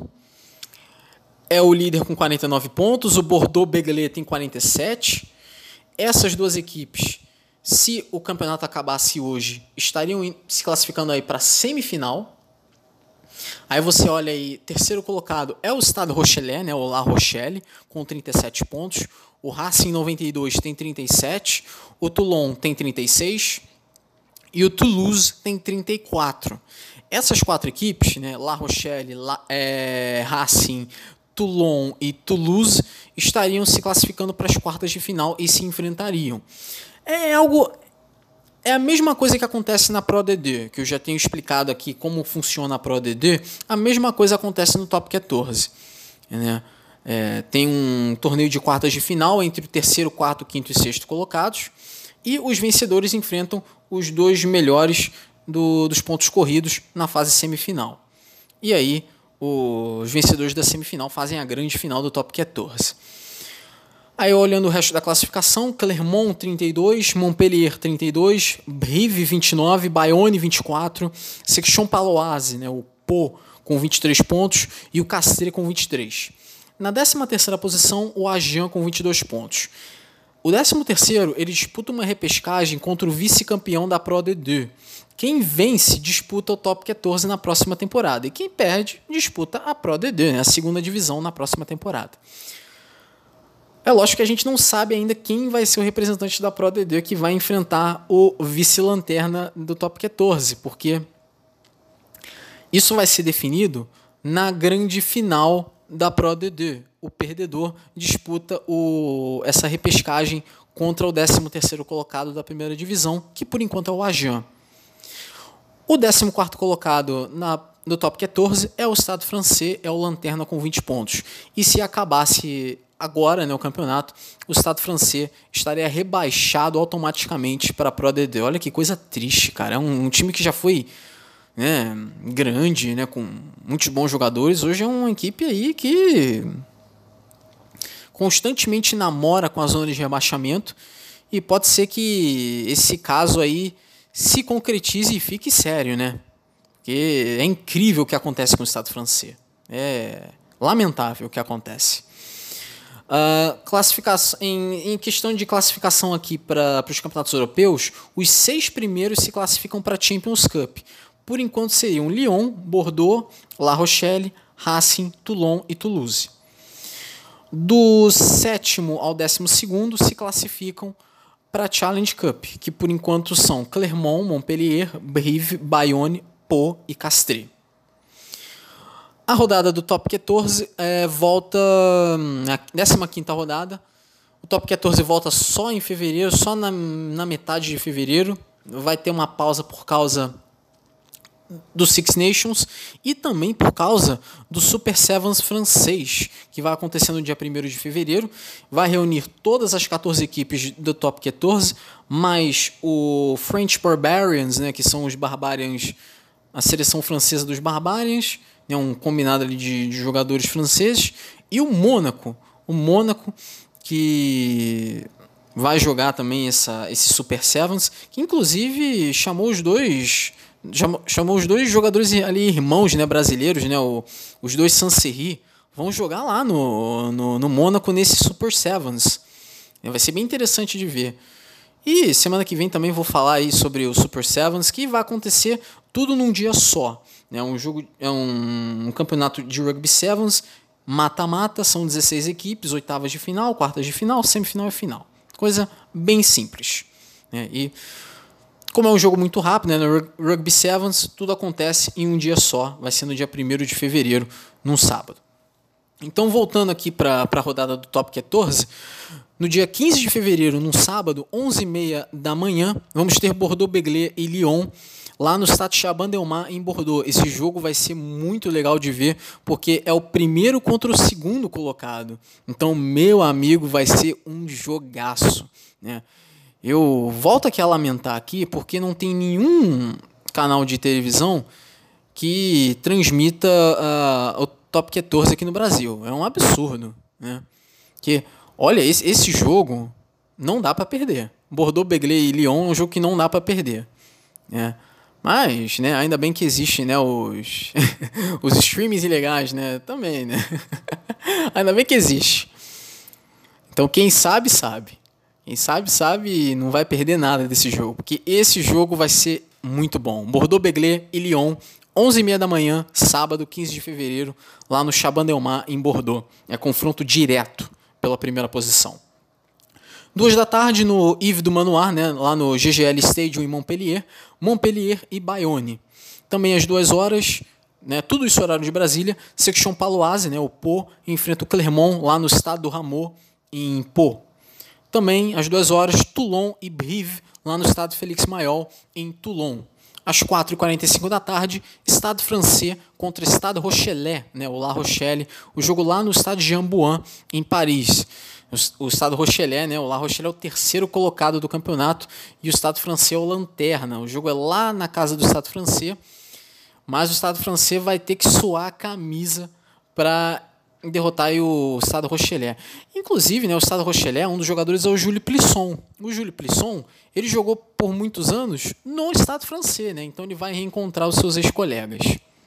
é o líder com quarenta e nove pontos, o Bordeaux-Bègles tem quarenta e sete. Essas duas equipes, se o campeonato acabasse hoje, estariam se classificando aí para a semifinal. Aí você olha aí, terceiro colocado é o Stade Rochelais, né, o La Rochelle, com trinta e sete pontos. O Racing noventa e dois tem trinta e sete, o Toulon tem trinta e seis e o Toulouse tem trinta e quatro. Essas quatro equipes, né, La Rochelle, La, é, Racing, Toulon e Toulouse, estariam se classificando para as quartas de final e se enfrentariam. É algo, é a mesma coisa que acontece na Pro D D, que eu já tenho explicado aqui como funciona a Pro D D. A mesma coisa acontece no top quatorze, né? É, tem um torneio de quartas de final entre o terceiro, quarto, quinto e sexto colocados, e os vencedores enfrentam os dois melhores do, dos pontos corridos na fase semifinal. E aí os vencedores da semifinal fazem a grande final do top quatorze. Aí olhando o resto da classificação, Clermont trinta e dois, Montpellier trinta e dois, Brive vinte e nove, Bayonne vinte e quatro, Section Paloise, né, o Pau com vinte e três pontos e o Castres com vinte e três. Na décima terceira posição, o Agen com vinte e dois pontos. O décimo terceiro, ele disputa uma repescagem contra o vice-campeão da Pro D D. Quem vence disputa o top quatorze na próxima temporada. E quem perde disputa a Pro D D, né, a segunda divisão na próxima temporada. É lógico que a gente não sabe ainda quem vai ser o representante da Pro D D que vai enfrentar o vice-lanterna do top quatorze, porque isso vai ser definido na grande final da Pro D D. O perdedor disputa o, essa repescagem contra o décimo terceiro colocado da primeira divisão, que por enquanto é o Agen. O décimo quarto colocado na do top quatorze é o Stade Francês, é o lanterna com vinte pontos. E se acabasse agora, né, o campeonato, o Stade Francês estaria rebaixado automaticamente para a Pro D D. Olha que coisa triste, cara. É um, um time que já foi, né, grande, né, com muitos bons jogadores. Hoje é uma equipe aí que constantemente namora com a zona de rebaixamento. E pode ser que esse caso aí se concretize e fique sério, né? Porque é incrível o que acontece com o Stade Francês. É lamentável o que acontece. Uh, classificação, em, em questão de classificação aqui para os campeonatos europeus, os seis primeiros se classificam para a Champions Cup. Por enquanto seriam Lyon, Bordeaux, La Rochelle, Racing, Toulon e Toulouse. Do sétimo ao décimo segundo se classificam para a Challenge Cup, que por enquanto são Clermont, Montpellier, Brive, Bayonne, Pau e Castres. A rodada do top quatorze é, volta na décima quinta rodada. O top quatorze volta só em fevereiro, só na, na metade de fevereiro. Vai ter uma pausa por causa do Six Nations e também por causa do Super Sevens francês, que vai acontecer no dia primeiro de fevereiro. Vai reunir todas as quatorze equipes do top quatorze, mais o French Barbarians, né, que são os Barbarians, a seleção francesa dos Barbarians, né, um combinado ali de, de jogadores franceses, e o Mônaco, o Mônaco que vai jogar também essa, esse Super Sevens, que inclusive chamou os dois chamou, chamou os dois jogadores ali irmãos, né, brasileiros, né, o, os dois Sancerri, vão jogar lá no, no, no Mônaco nesse Super Sevens. Vai ser bem interessante de ver. E semana que vem também vou falar aí sobre o Super Sevens, que vai acontecer tudo num dia só. É um jogo, é um, um campeonato de Rugby Sevens, mata-mata, são dezesseis equipes, oitavas de final, quartas de final, semifinal e final. Coisa bem simples. Né? E como é um jogo muito rápido, né, no Rugby Sevens, tudo acontece em um dia só, vai ser no dia primeiro de fevereiro, num sábado. Então, voltando aqui para a rodada do top quatorze, no dia quinze de fevereiro, num sábado, onze e meia da manhã, vamos ter Bordeaux-Bègles e Lyon, lá no Stade Chaban-Delmas, em Bordeaux. Esse jogo vai ser muito legal de ver, porque é o primeiro contra o segundo colocado. Então, meu amigo, vai ser um jogaço, né? Eu volto aqui a lamentar aqui, porque não tem nenhum canal de televisão que transmita uh, o top quatorze aqui no Brasil. É um absurdo, né? Que, olha, esse, esse jogo não dá para perder. Bordeaux-Bègles e Lyon é um jogo que não dá para perder, né? Mas, né, ainda bem que existem, né, os, os streamings ilegais, né, também, né? Ainda bem que existe. Então, quem sabe, sabe. Quem sabe, sabe e não vai perder nada desse jogo, porque esse jogo vai ser muito bom. Bordeaux-Bègles e Lyon, onze e meia da manhã, sábado, quinze de fevereiro, lá no Chaban-Delmas, em Bordeaux. É confronto direto pela primeira posição. Duas da tarde no Yves du Manoir, né, lá no G G L Stadium em Montpellier, Montpellier e Bayonne. Também às duas horas, né, tudo isso horário de Brasília, Section Paloise, né, o Pau, enfrenta o Clermont lá no Stade do Rameau, em Pau. Também às duas horas, Toulon e Brive, lá no Stade Félix Mayol, em Toulon. Às quatro e quarenta e cinco da tarde, Stade Francês contra Stade Rochelais, né, o La Rochelle, o jogo lá no Stade Jean-Bouin, em Paris. O Stade Rochelais, né, o La Rochelle é o terceiro colocado do campeonato e o Stade Francês é o lanterna. O jogo é lá na casa do Stade Francês, mas o Stade Francês vai ter que suar a camisa para derrotar aí o Stade Rochelais. Inclusive, né, o Stade Rochelais, um dos jogadores é o Jules Plisson. O Jules Plisson, ele jogou por muitos anos no Stade Francês, né, então ele vai reencontrar os seus ex-colegas.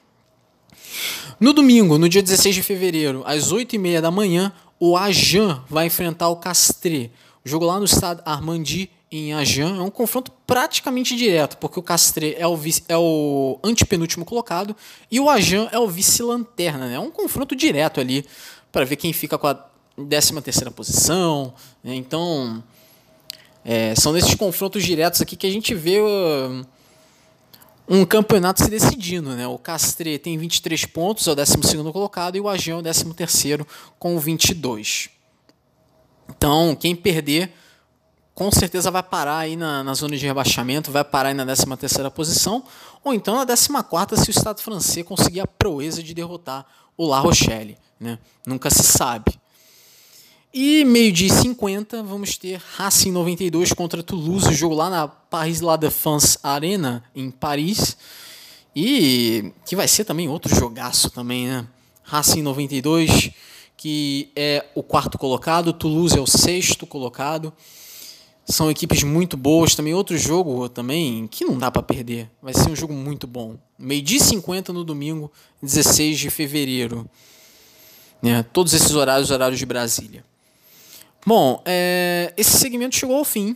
No domingo, no dia dezesseis de fevereiro, às oito e meia da manhã, o Agen vai enfrentar o Castres. O jogo lá no Stade Armandie, em Agen, é um confronto praticamente direto, porque o Castres é o, vice, é o antepenúltimo colocado e o Agen é o vice-lanterna. Né? É um confronto direto ali para ver quem fica com a décima terceira posição. Né? Então, é, são nesses confrontos diretos aqui que a gente vê uh, um campeonato se decidindo. Né? O Castres tem vinte e três pontos, é o décimo segundo colocado, e o Agen é o décimo terceiro com vinte e dois. Então, quem perder com certeza vai parar aí na, na zona de rebaixamento, vai parar aí na décima terceira posição, ou então na décima quarta se o Stade Francês conseguir a proeza de derrotar o La Rochelle, né? Nunca se sabe. E meio-dia e cinquenta vamos ter Racing noventa e dois contra Toulouse, jogo lá na Paris La Défense Arena, em Paris, e que vai ser também outro jogaço também, né? Racing noventa e dois, que é o quarto colocado, Toulouse é o sexto colocado. São equipes muito boas. Também outro jogo também que não dá para perder. Vai ser um jogo muito bom. meio-dia e cinquenta no domingo, dezesseis de fevereiro. Né? Todos esses horários, horários de Brasília. Bom, é, esse segmento chegou ao fim.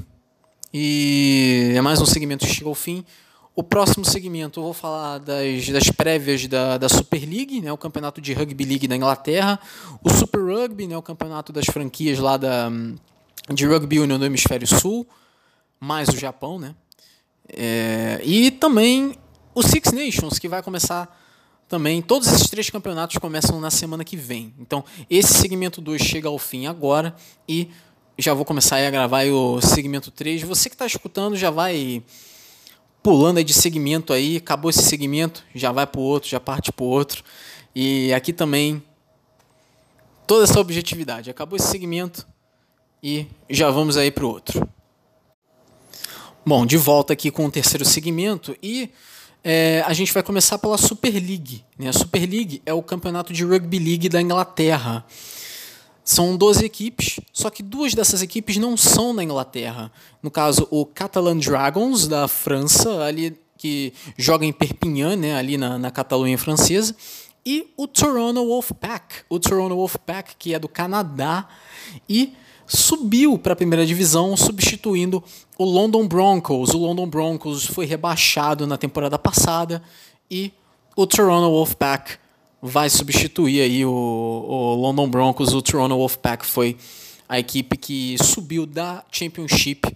E é mais um segmento que chegou ao fim. O próximo segmento eu vou falar das, das prévias da, da Super League, né? O campeonato de Rugby League da Inglaterra. O Super Rugby, né? O campeonato das franquias lá da... de Rugby Union do Hemisfério Sul, mais o Japão, né? É, e também o Six Nations, que vai começar também. Todos esses três campeonatos começam na semana que vem. Então, esse segmento dois chega ao fim agora e já vou começar a gravar aí o segmento três. Você que está escutando já vai pulando aí de segmento aí, acabou esse segmento, já vai para o outro, já parte para o outro. E aqui também, toda essa objetividade. Acabou esse segmento, e já vamos aí para o outro. Bom, de volta aqui com o terceiro segmento e é, a gente vai começar pela Super League. Né? A Super League é o campeonato de Rugby League da Inglaterra. São doze equipes, só que duas dessas equipes não são da Inglaterra. No caso, o Catalan Dragons, da França, ali, que joga em Perpignan, né, ali na, na Catalunha francesa, e o Toronto Wolfpack. O Toronto Wolfpack, que é do Canadá, e subiu para a primeira divisão, substituindo o London Broncos. O London Broncos foi rebaixado na temporada passada e o Toronto Wolfpack vai substituir aí o, o London Broncos. O Toronto Wolfpack foi a equipe que subiu da Championship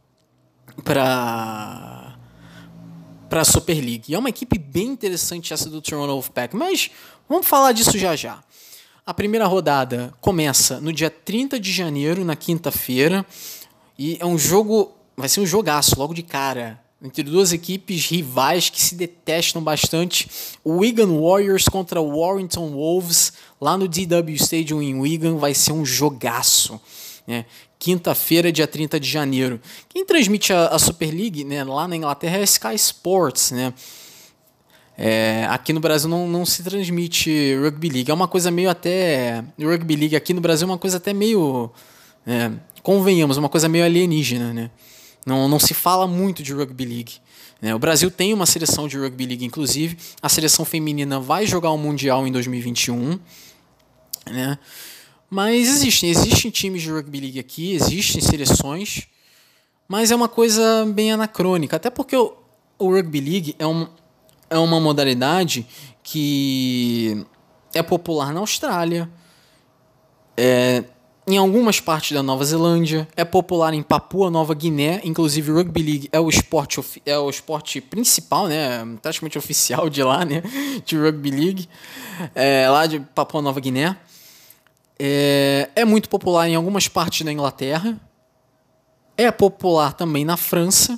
para para a Super League. E é uma equipe bem interessante essa do Toronto Wolfpack, mas vamos falar disso já já. A primeira rodada começa no dia trinta de janeiro, na quinta-feira, e é um jogo, vai ser um jogaço logo de cara, entre duas equipes rivais que se detestam bastante. O Wigan Warriors contra o Warrington Wolves, lá no D W Stadium em Wigan, vai ser um jogaço. Né? Quinta-feira, dia trinta de janeiro. Quem transmite a, a Super League, né, lá na Inglaterra é a Sky Sports, né? É, aqui no Brasil não, não se transmite Rugby League. É uma coisa meio até... Rugby League aqui no Brasil é uma coisa até meio... É, convenhamos, uma coisa meio alienígena, né? Não, não se fala muito de Rugby League. Né? O Brasil tem uma seleção de Rugby League, inclusive. A seleção feminina vai jogar o Mundial em dois mil e vinte e um. Né? Mas existem, existem times de Rugby League aqui, existem seleções, mas é uma coisa bem anacrônica. Até porque o, o Rugby League é um... é uma modalidade que é popular na Austrália, é, em algumas partes da Nova Zelândia, é popular em Papua Nova Guiné, inclusive o Rugby League é o esporte, é o esporte principal, né, praticamente oficial de lá, né, de Rugby League, é, lá de Papua Nova Guiné. É, é muito popular em algumas partes da Inglaterra, é popular também na França,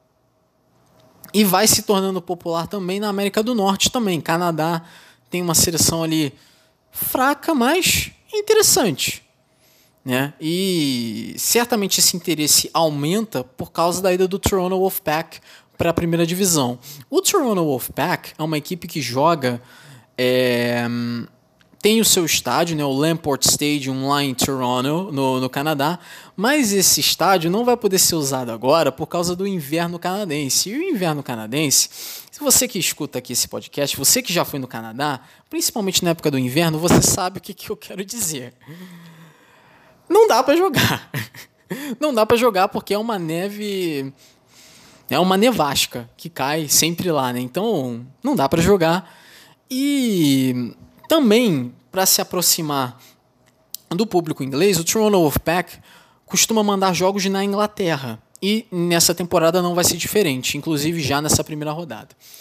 e vai se tornando popular também na América do Norte também. Canadá tem uma seleção ali fraca, mas interessante. Né? E certamente esse interesse aumenta por causa da ida do Toronto Wolfpack para a primeira divisão. O Toronto Wolfpack é uma equipe que joga... É, tem o seu estádio, né, o Lamport Stadium, lá em Toronto, no, no Canadá, mas esse estádio não vai poder ser usado agora por causa do inverno canadense. E o inverno canadense, se você que escuta aqui esse podcast, você que já foi no Canadá, principalmente na época do inverno, você sabe o que, que eu quero dizer. Não dá para jogar. Não dá para jogar porque é uma neve... É uma nevasca que cai sempre lá, né? Então, não dá para jogar. E... também, para se aproximar do público inglês, o Toronto Wolfpack costuma mandar jogos na Inglaterra. E nessa temporada não vai ser diferente, inclusive já nessa primeira rodada.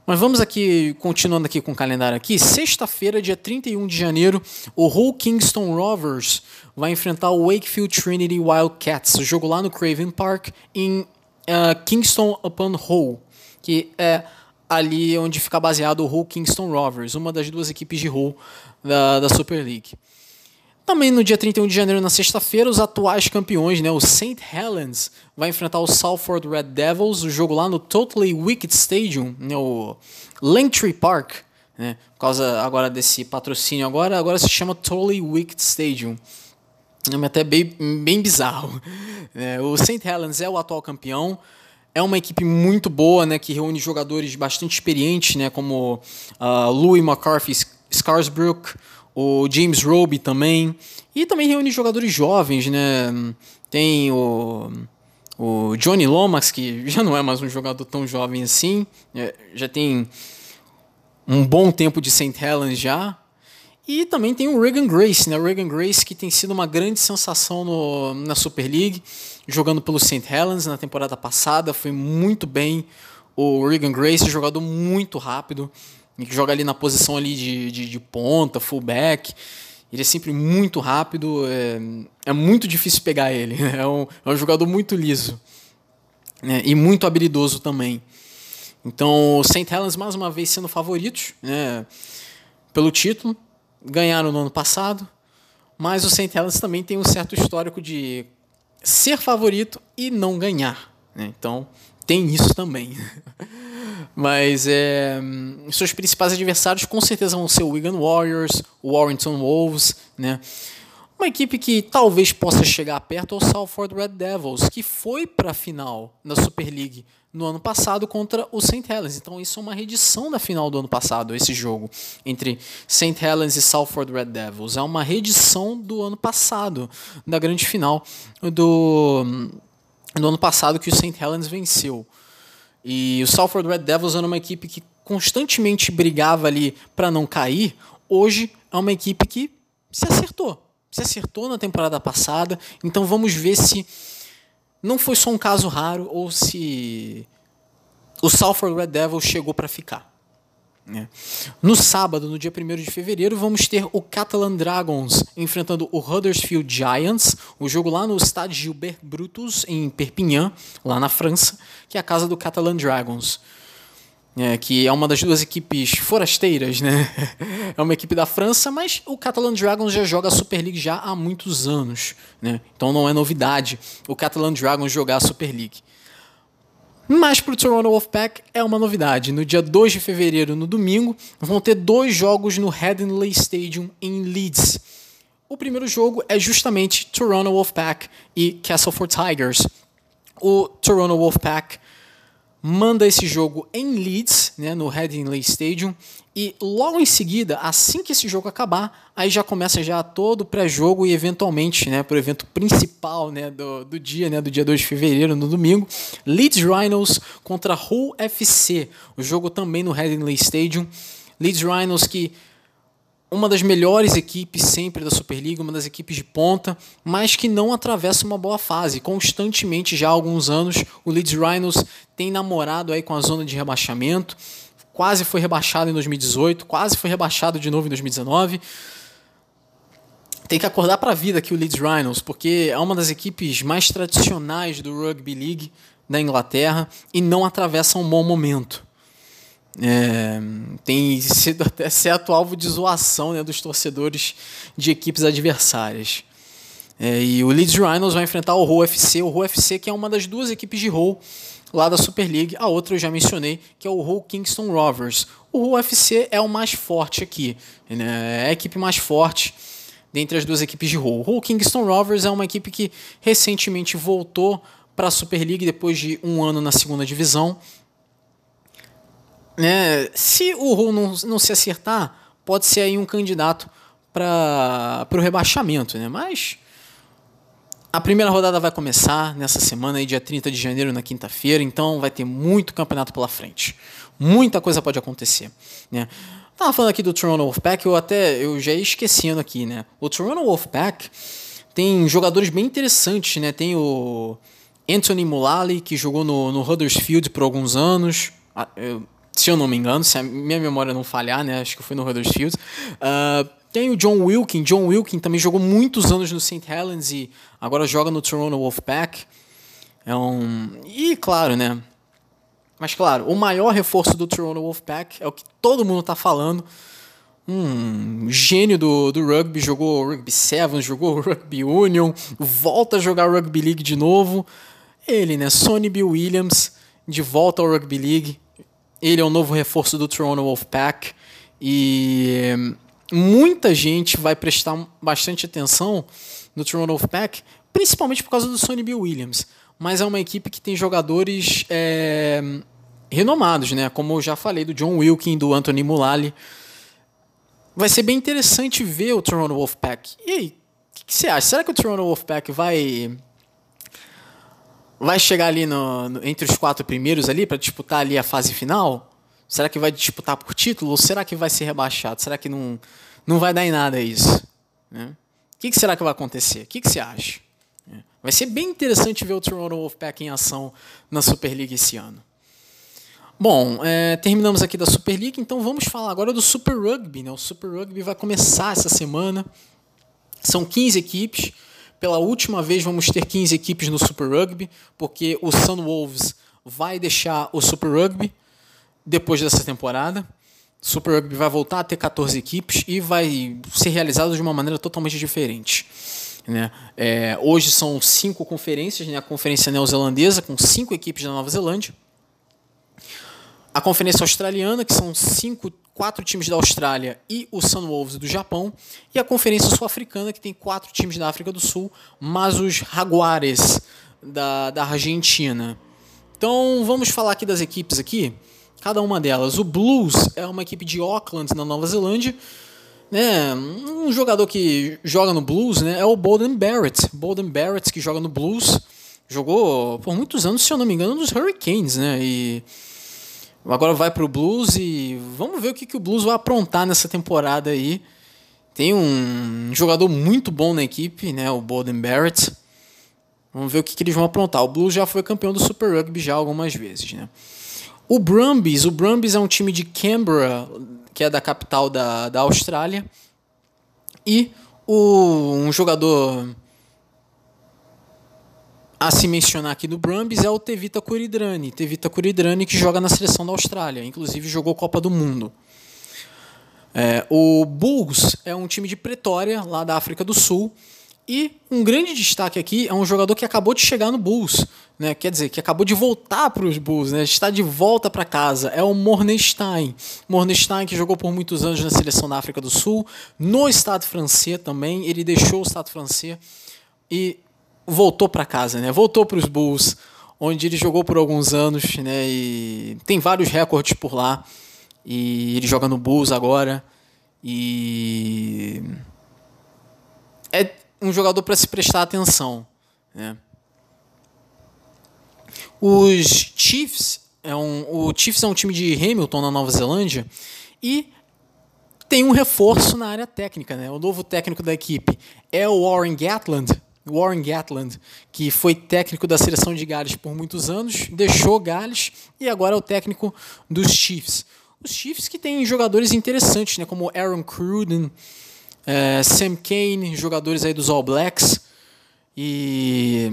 Mas vamos aqui, continuando aqui com o calendário aqui, sexta-feira, dia trinta e um de janeiro, o Hull Kingston Rovers vai enfrentar o Wakefield Trinity Wildcats, o jogo lá no Craven Park, em uh, Kingston upon Hull, que é ali onde fica baseado o Hull Kingston Rovers, uma das duas equipes de Hull da, da Super League. Também no dia trinta e um de janeiro, na sexta-feira, os atuais campeões, né, o Saint Helens, vai enfrentar o Salford Red Devils, o jogo lá no Totally Wicked Stadium, né, o Langtree Park, né, por causa agora desse patrocínio, agora, agora se chama Totally Wicked Stadium. É até bem, bem bizarro. É, o Saint Helens é o atual campeão, é uma equipe muito boa, né, que reúne jogadores bastante experientes, né, como uh, Louis McCarthy Scarsbrook, o James Roby também, e também reúne jogadores jovens, né? Tem o, o Johnny Lomax, que já não é mais um jogador tão jovem assim, já tem um bom tempo de Saint Helens já. E também tem o Regan Grace, né? O Regan Grace, que tem sido uma grande sensação no, na Super League, jogando pelo Saint Helens na temporada passada, foi muito bem. O Regan Grace, jogador muito rápido, que joga ali na posição ali de, de, de ponta, fullback. Ele é sempre muito rápido, é, é muito difícil pegar ele. É um, é um jogador muito liso, né, e muito habilidoso também. Então, o Saint Helens, mais uma vez, sendo favoritos, né, pelo título. Ganharam no ano passado, mas o Saint Helens também tem um certo histórico de ser favorito e não ganhar, né? Então, tem isso também. Mas é, seus principais adversários com certeza vão ser o Wigan Warriors, o Warrington Wolves, né? Uma equipe que talvez possa chegar perto é o Salford Red Devils, que foi para a final da Super League no ano passado contra o Saint Helens. Então isso é uma reedição da final do ano passado, esse jogo entre Saint Helens e Salford Red Devils. É uma reedição do ano passado, da grande final do, do ano passado que o Saint Helens venceu. E o Salford Red Devils era uma equipe que constantemente brigava ali para não cair. Hoje é uma equipe que se acertou. Se acertou na temporada passada. Então vamos ver se não foi só um caso raro ou se o Salford Red Devils chegou para ficar, né? No sábado, no dia primeiro de fevereiro, vamos ter o Catalan Dragons enfrentando o Huddersfield Giants, o jogo lá no Stade Gilbert Brutus, em Perpignan, lá na França, que é a casa do Catalan Dragons, é, que é uma das duas equipes forasteiras, né? É uma equipe da França, mas o Catalan Dragons já joga a Super League já há muitos anos, né? Então não é novidade o Catalan Dragons jogar a Super League. Mas para o Toronto Wolfpack é uma novidade. No dia dois de fevereiro, no domingo, vão ter dois jogos no Headingley Stadium em Leeds. O primeiro jogo é justamente Toronto Wolfpack e Castleford Tigers. O Toronto Wolfpack manda esse jogo em Leeds, né, no Headingley Stadium, e logo em seguida, assim que esse jogo acabar, aí já começa já todo o pré-jogo e eventualmente, né, para o evento principal, né, do, do dia, né, do dia dois de fevereiro, no domingo, Leeds Rhinos contra Hull F C, o jogo também no Headingley Stadium. Leeds Rhinos, que uma das melhores equipes sempre da Super League, uma das equipes de ponta, mas que não atravessa uma boa fase. Constantemente, já há alguns anos, o Leeds Rhinos tem namorado aí com a zona de rebaixamento, quase foi rebaixado em dois mil e dezoito, quase foi rebaixado de novo em dois mil e dezenove. Tem que acordar para a vida aqui o Leeds Rhinos, porque é uma das equipes mais tradicionais do Rugby League da Inglaterra e não atravessa um bom momento. É, tem sido até certo alvo de zoação, né, dos torcedores de equipes adversárias. É, e o Leeds Rhinos vai enfrentar o Hull F C, o Hull F C que é uma das duas equipes de Hull lá da Super League, a outra eu já mencionei, que é o Hull Kingston Rovers. O Hull F C é o mais forte aqui, né, é a equipe mais forte dentre as duas equipes de Hull. O Hull Kingston Rovers é uma equipe que recentemente voltou para a Super League depois de um ano na segunda divisão. É, se o Hull não, não se acertar, pode ser aí um candidato para o rebaixamento, né? Mas a primeira rodada vai começar nessa semana, aí, dia trinta de janeiro, na quinta-feira, então vai ter muito campeonato pela frente. Muita coisa pode acontecer, né? Estava falando aqui do Toronto Wolfpack, eu até eu já ia esquecendo aqui, né? O Toronto Wolfpack tem jogadores bem interessantes, né? Tem o Anthony Mullally, que jogou no, no Huddersfield por alguns anos. Eu se eu não me engano, se a minha memória não falhar, né? Acho que foi no Huddersfield. Uh, tem o John Wilkin. John Wilkin também jogou muitos anos no Saint Helens e agora joga no Toronto Wolfpack. É um... E, claro, né? Mas, claro, o maior reforço do Toronto Wolfpack é o que todo mundo está falando. Um gênio do, do rugby, jogou Rugby Sevens, jogou Rugby Union, volta a jogar Rugby League de novo. Ele, né? Sonny Bill Williams, de volta ao Rugby League. Ele é o novo reforço do Toronto Wolfpack. E muita gente vai prestar bastante atenção no Toronto Wolfpack, principalmente por causa do Sonny Bill Williams. Mas é uma equipe que tem jogadores é, renomados, né? Como eu já falei, do John Wilkin, do Anthony Mulally. Vai ser bem interessante ver o Toronto Wolfpack. E aí, o que, que você acha? Será que o Toronto Wolfpack vai, vai chegar ali no, no, entre os quatro primeiros ali para disputar ali a fase final? Será que vai disputar por título ou será que vai ser rebaixado? Será que não, não vai dar em nada isso? Né? O que, que será que vai acontecer? O que, que você acha? Vai ser bem interessante ver o Toronto Wolfpack em ação na Super League esse ano. Bom, é, terminamos aqui da Super League, então vamos falar agora do Super Rugby, né? O Super Rugby vai começar essa semana. São quinze equipes. Pela última vez vamos ter quinze equipes no Super Rugby, porque o Sunwolves vai deixar o Super Rugby depois dessa temporada. O Super Rugby vai voltar a ter quatorze equipes e vai ser realizado de uma maneira totalmente diferente. Né? É, hoje são cinco conferências, né? A conferência neozelandesa com cinco equipes da Nova Zelândia, a conferência australiana, que são cinco, quatro times da Austrália e o Sunwolves do Japão, e a conferência sul-africana, que tem quatro times da África do Sul, mas os Jaguares da, da Argentina. Então vamos falar aqui das equipes aqui, cada uma delas. O Blues é uma equipe de Auckland, na Nova Zelândia. Né, um jogador que joga no Blues, né, é o Beauden Barrett. Beauden Barrett, que joga no Blues, jogou por muitos anos, se eu não me engano, nos Hurricanes, né, e agora vai para o Blues e vamos ver o que, que o Blues vai aprontar nessa temporada aí. Tem um jogador muito bom na equipe, né, o Beauden Barrett. Vamos ver o que, que eles vão aprontar. O Blues já foi campeão do Super Rugby já algumas vezes, né. O Brumbies, o Brumbies é um time de Canberra, que é da capital da, da Austrália, e o, um jogador a se mencionar aqui do Brumbies é o Tevita Kuridrani, Tevita Kuridrani que joga na seleção da Austrália, inclusive jogou Copa do Mundo. É, o Bulls é um time de Pretória, lá da África do Sul, e um grande destaque aqui é um jogador que acabou de chegar no Bulls, né? Quer dizer, que acabou de voltar para os Bulls, né? Está de volta para casa, é o Mornestein. Mornestein, que jogou por muitos anos na seleção da África do Sul, no Stade Francês também, ele deixou o Stade Francês e voltou para casa, né? Voltou para os Bulls, onde ele jogou por alguns anos, né? E tem vários recordes por lá, e ele joga no Bulls agora, e é um jogador para se prestar atenção, né? Os Chiefs é um, o Chiefs é um time de Hamilton, na Nova Zelândia, e tem um reforço na área técnica, né? O novo técnico da equipe é o Warren Gatland, Warren Gatland, que foi técnico da seleção de Gales por muitos anos, deixou Gales e agora é o técnico dos Chiefs. Os Chiefs que têm jogadores interessantes, né? Como Aaron Cruden, é, Sam Cane, jogadores aí dos All Blacks, e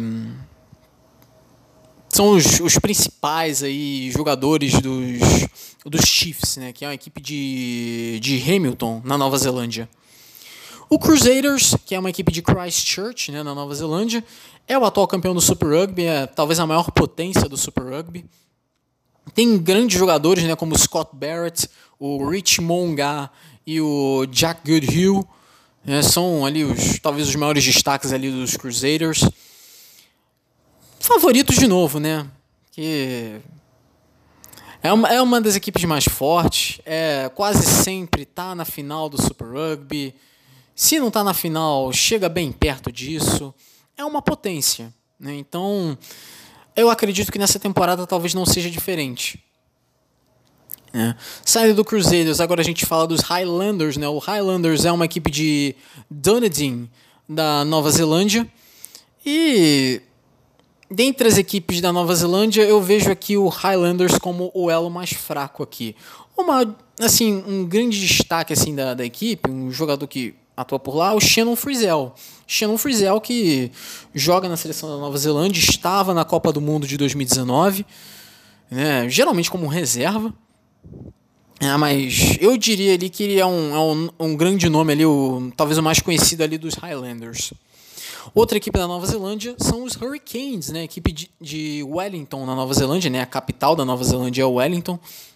são os, os principais aí jogadores dos, dos Chiefs, né, que é uma equipe de, de Hamilton, na Nova Zelândia. O Crusaders, que é uma equipe de Christchurch, né, na Nova Zelândia, é o atual campeão do Super Rugby, é talvez a maior potência do Super Rugby. Tem grandes jogadores, né, como o Scott Barrett, o Rich Monga e o Jack Goodhue, né, são ali os, talvez os maiores destaques ali dos Crusaders. Favoritos de novo, né? Que é uma, é uma das equipes mais fortes, é, quase sempre está na final do Super Rugby. Se não está na final, chega bem perto disso. É uma potência, né? Então, eu acredito que nessa temporada talvez não seja diferente. É. Saindo do Crusaders, agora a gente fala dos Highlanders, né? O Highlanders é uma equipe de Dunedin, da Nova Zelândia, e dentre as equipes da Nova Zelândia, eu vejo aqui o Highlanders como o elo mais fraco aqui. Uma, assim, um grande destaque assim, da, da equipe, um jogador que atua por lá, o Shannon Frizzell. Shannon Frizzell, que joga na seleção da Nova Zelândia, estava na Copa do Mundo de dois mil e dezenove, né, geralmente como reserva. É, mas eu diria ali que ele é um, é um, um grande nome ali, o, talvez o mais conhecido ali dos Highlanders. Outra equipe da Nova Zelândia são os Hurricanes, né? A equipe de, de Wellington na Nova Zelândia, né? A capital da Nova Zelândia é Wellington.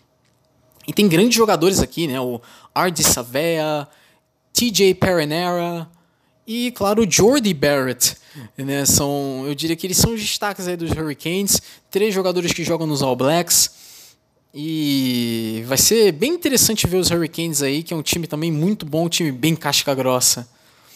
E tem grandes jogadores aqui, né? O Ardie Savea, T J Perenara e, claro, o Jordy Barrett. Né? São, eu diria que eles são os destaques aí dos Hurricanes. Três jogadores que jogam nos All Blacks. E vai ser bem interessante ver os Hurricanes aí, que é um time também muito bom, um time bem casca grossa.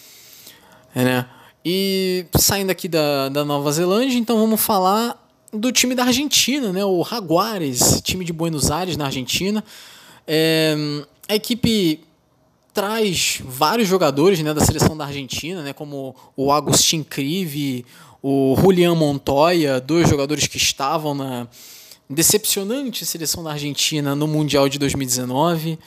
É, né? E saindo aqui da, da Nova Zelândia, então vamos falar do time da Argentina, né? O Jaguares, time de Buenos Aires, na Argentina. É, a equipe traz vários jogadores, né, da seleção da Argentina, né, como o Agustín Crivi, o Julián Montoya, dois jogadores que estavam na decepcionante seleção da Argentina no Mundial de dois mil e dezenove.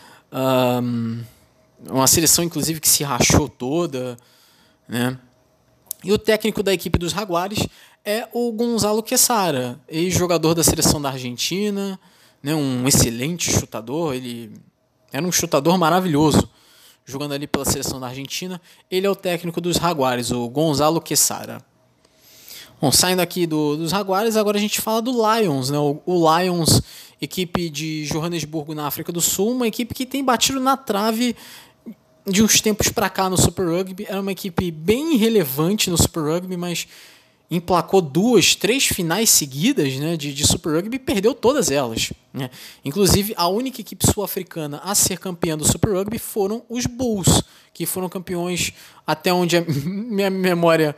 Um, uma seleção, inclusive, que se rachou toda, né? E o técnico da equipe dos Jaguares é o Gonzalo Quesada, ex-jogador da seleção da Argentina, né? Um excelente chutador. Ele era um chutador maravilhoso, jogando ali pela seleção da Argentina. Ele é o técnico dos Jaguares, o Gonzalo Quesada. Bom, saindo aqui do, dos Jaguares, agora a gente fala do Lions, né? O, o Lions, equipe de Johannesburgo, na África do Sul, uma equipe que tem batido na trave de uns tempos para cá no Super Rugby. Era uma equipe bem relevante no Super Rugby, mas emplacou duas, três finais seguidas, né, de, de Super Rugby e perdeu todas elas. Né? Inclusive, a única equipe sul-africana a ser campeã do Super Rugby foram os Bulls, que foram campeões, até onde a minha memória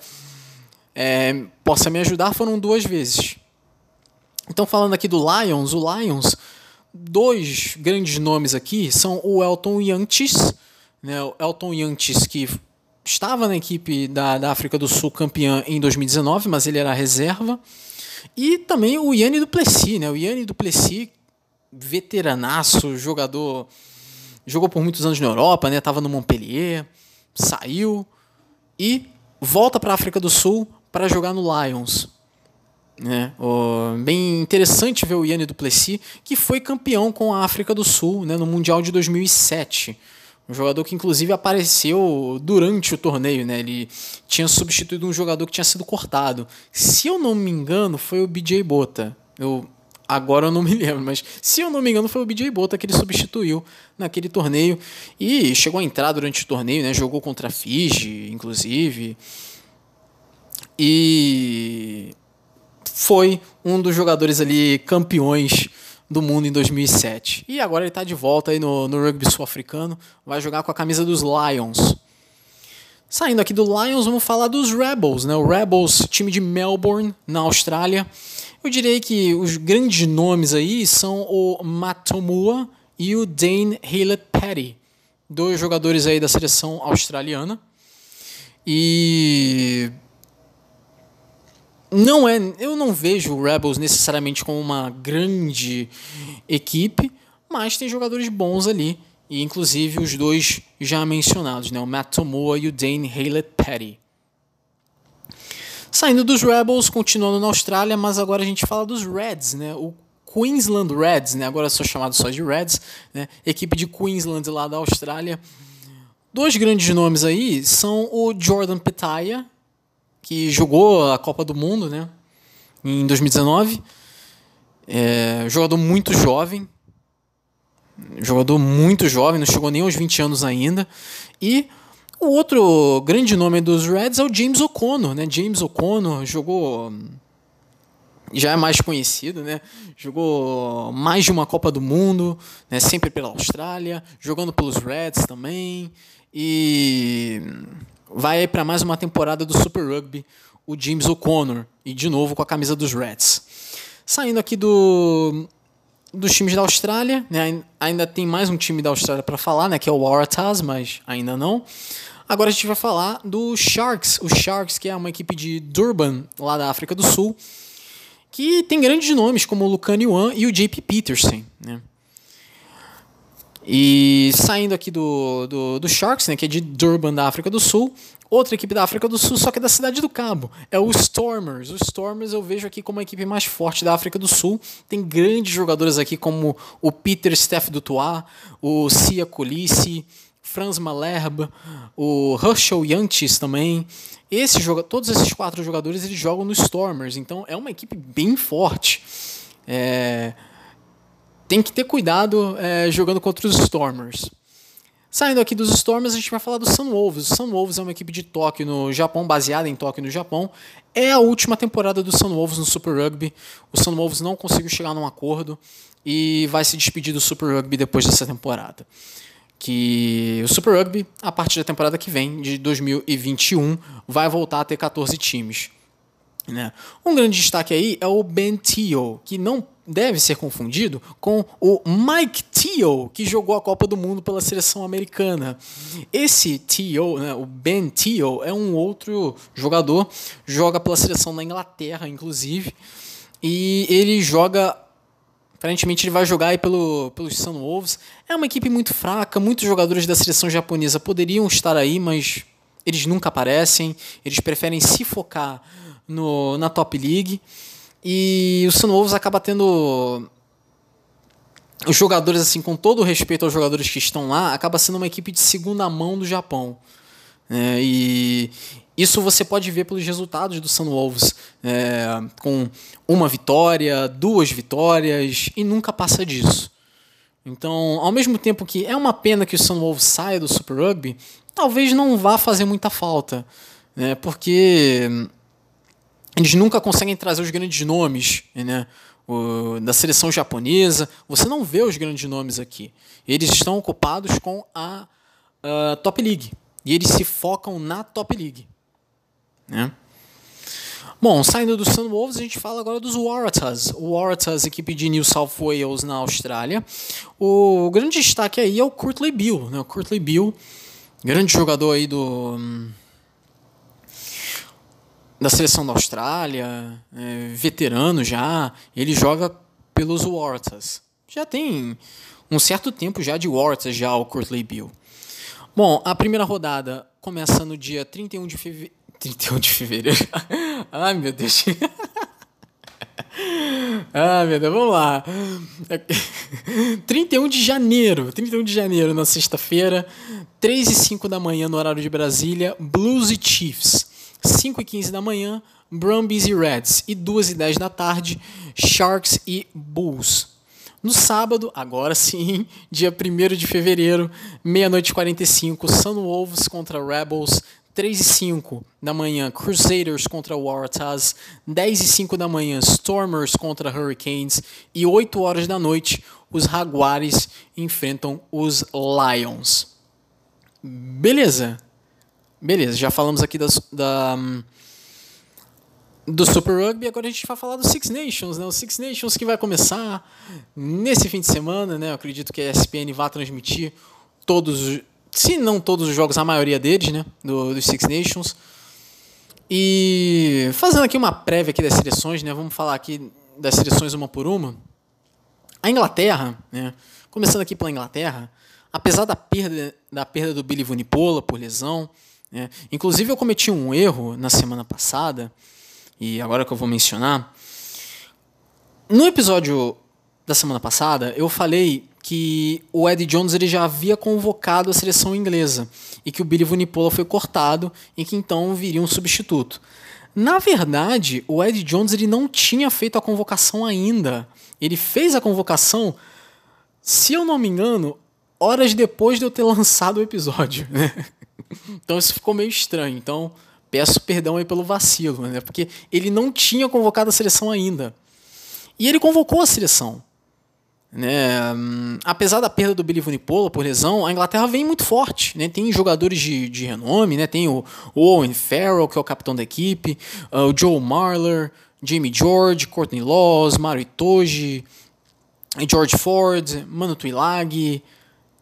É, possa me ajudar, foram duas vezes. Então, falando aqui do Lions, o Lions, dois grandes nomes aqui são o Elton Jantjies, né, o Elton Jantjies, que estava na equipe da, da África do Sul campeã em dois mil e dezenove, mas ele era reserva, e também o Yanni du Plessis, né, o Yanni du Plessis, veteranaço, jogador, jogou por muitos anos na Europa, né, estava no Montpellier, saiu e volta para a África do Sul para jogar no Lions. Né? Oh, bem interessante ver o Yanni du Plessis, que foi campeão com a África do Sul, né, no Mundial de dois mil e sete. Um jogador que, inclusive, apareceu durante o torneio. Né? Ele tinha substituído um jogador que tinha sido cortado. Se eu não me engano, foi o B J Botha. Eu, agora eu não me lembro, mas se eu não me engano, foi o B J Botha que ele substituiu naquele torneio. E chegou a entrar durante o torneio, né? Jogou contra a Fiji, inclusive. E foi um dos jogadores ali campeões do mundo em dois mil e sete. E agora ele está de volta aí no, no rugby sul-africano, vai jogar com a camisa dos Lions. Saindo aqui do Lions, vamos falar dos Rebels, né? O Rebels, time de Melbourne, na Austrália. Eu diria que os grandes nomes aí são o Matt To'omua e o Dane Haylett-Petty, dois jogadores aí da seleção australiana. E não é, eu não vejo o Rebels necessariamente como uma grande equipe, mas tem jogadores bons ali, e inclusive os dois já mencionados, né, o Matt To'omua e o Dane Haylett-Petty. Saindo dos Rebels, continuando na Austrália, mas agora a gente fala dos Reds, né, o Queensland Reds, né, agora sou chamado só de Reds, né, equipe de Queensland lá da Austrália. Dois grandes nomes aí são o Jordan Petaia, que jogou a Copa do Mundo, né, em dois mil e dezenove. É, jogador muito jovem. Jogador muito jovem, não chegou nem aos vinte anos ainda. E o outro grande nome dos Reds é o James O'Connor. Né? James O'Connor jogou... já é mais conhecido, né? Jogou mais de uma Copa do Mundo, né? Sempre pela Austrália, jogando pelos Reds também. E vai para mais uma temporada do Super Rugby, o James O'Connor, e de novo com a camisa dos Reds. Saindo aqui do, dos times da Austrália, né, ainda tem mais um time da Austrália para falar, né, que é o Waratahs, mas ainda não. Agora a gente vai falar do Sharks. O Sharks, que é uma equipe de Durban, lá da África do Sul, que tem grandes nomes como o Lucani Wan e o J P Peterson, né? E saindo aqui do, do, do Sharks, né, que é de Durban, da África do Sul, outra equipe da África do Sul, só que é da Cidade do Cabo, é o Stormers. Os Stormers eu vejo aqui como a equipe mais forte da África do Sul. Tem grandes jogadores aqui como o Peter Steph Dutoit, o Sia Colisi, Franz Malherbe, o Herschel Yantis também. Esse joga, todos esses quatro jogadores eles jogam no Stormers, então é uma equipe bem forte. É... Tem que ter cuidado é, jogando contra os Stormers. Saindo aqui dos Stormers, a gente vai falar do Sunwolves. O Sunwolves é uma equipe de Tóquio no Japão, baseada em Tóquio no Japão. É a última temporada do Sunwolves no Super Rugby. O Sunwolves não conseguiu chegar num acordo e vai se despedir do Super Rugby depois dessa temporada. Que o Super Rugby, a partir da temporada que vem, de dois mil e vinte e um, vai voltar a ter catorze times. Né? Um grande destaque aí é o Ben Teo, que não deve ser confundido com o Mike Teo, que jogou a Copa do Mundo pela seleção americana. Esse Teo, né, o Ben Teo, é um outro jogador, joga pela seleção da Inglaterra, inclusive, e ele joga, aparentemente ele vai jogar aí pelo, pelos Sunwolves. É uma equipe muito fraca, muitos jogadores da seleção japonesa poderiam estar aí, mas eles nunca aparecem, eles preferem se focar no, na Top League. E o Sunwolves acaba tendo os jogadores, assim, com todo o respeito aos jogadores que estão lá, acaba sendo uma equipe de segunda mão do Japão. É, e isso você pode ver pelos resultados do Sunwolves, é, com uma vitória, duas vitórias, e nunca passa disso. Então, ao mesmo tempo que é uma pena que o Sunwolves saia do Super Rugby, talvez não vá fazer muita falta, né, porque eles nunca conseguem trazer os grandes nomes, né, o, da seleção japonesa. Você não vê os grandes nomes aqui. Eles estão ocupados com a, a Top League. E eles se focam na Top League. Né? Bom, saindo do Sunwolves, a gente fala agora dos Waratahs. O Waratahs, equipe de New South Wales, na Austrália. O grande destaque aí é o Kurtley Beale. Né? O Kurtley Beale, grande jogador aí do... da seleção da Austrália, é, veterano já, ele joga pelos Waratahs. Já tem um certo tempo já de Waratahs, já o Kurtley Beale. Bom, a primeira rodada começa no dia trinta e um de fevereiro. trinta e um de fevereiro. Ai, meu Deus. Ah, meu Deus, vamos lá. trinta e um de janeiro. trinta e um de janeiro, na sexta-feira, três e cinco da manhã no horário de Brasília, Blues e Chiefs. cinco e quinze da manhã, Brumbies e Reds. E duas e dez da tarde, Sharks e Bulls. No sábado, agora sim, dia primeiro de fevereiro, meia-noite e quarenta e cinco, Sunwolves contra Rebels. três e cinco da manhã, Crusaders contra Waratahs. dez e cinco da manhã, Stormers contra Hurricanes. E oito horas da noite, os Jaguares enfrentam os Lions. Beleza? Beleza, já falamos aqui das, da, do Super Rugby, agora a gente vai falar do Six Nations, né? O Six Nations que vai começar nesse fim de semana, né? Eu acredito que a E S P N vai transmitir todos, se não todos os jogos, a maioria deles, né? Do, dos Six Nations. E fazendo aqui uma prévia aqui das seleções, né? Vamos falar aqui das seleções uma por uma. A Inglaterra, né? Começando aqui pela Inglaterra, apesar da perda, da perda do Billy Vunipola por lesão, né? Inclusive eu cometi um erro na semana passada, e agora que eu vou mencionar, no episódio da semana passada eu falei que o Eddie Jones ele já havia convocado a seleção inglesa e que o Billy Vunipola foi cortado e que então viria um substituto. Na verdade, o Eddie Jones ele não tinha feito a convocação ainda. Ele fez a convocação, se eu não me engano, horas depois de eu ter lançado o episódio, né? Então isso ficou meio estranho. Então peço perdão aí pelo vacilo, né? Porque ele não tinha convocado a seleção ainda. E ele convocou a seleção. Né? Apesar da perda do Billy Vunipola por lesão, a Inglaterra vem muito forte, né? Tem jogadores de, de renome, né? Tem o, o Owen Farrell, que é o capitão da equipe, uh, o Joe Marler, Jamie George, Courtney Laws, Mario Itoje, George Ford, Manu Tuilagi,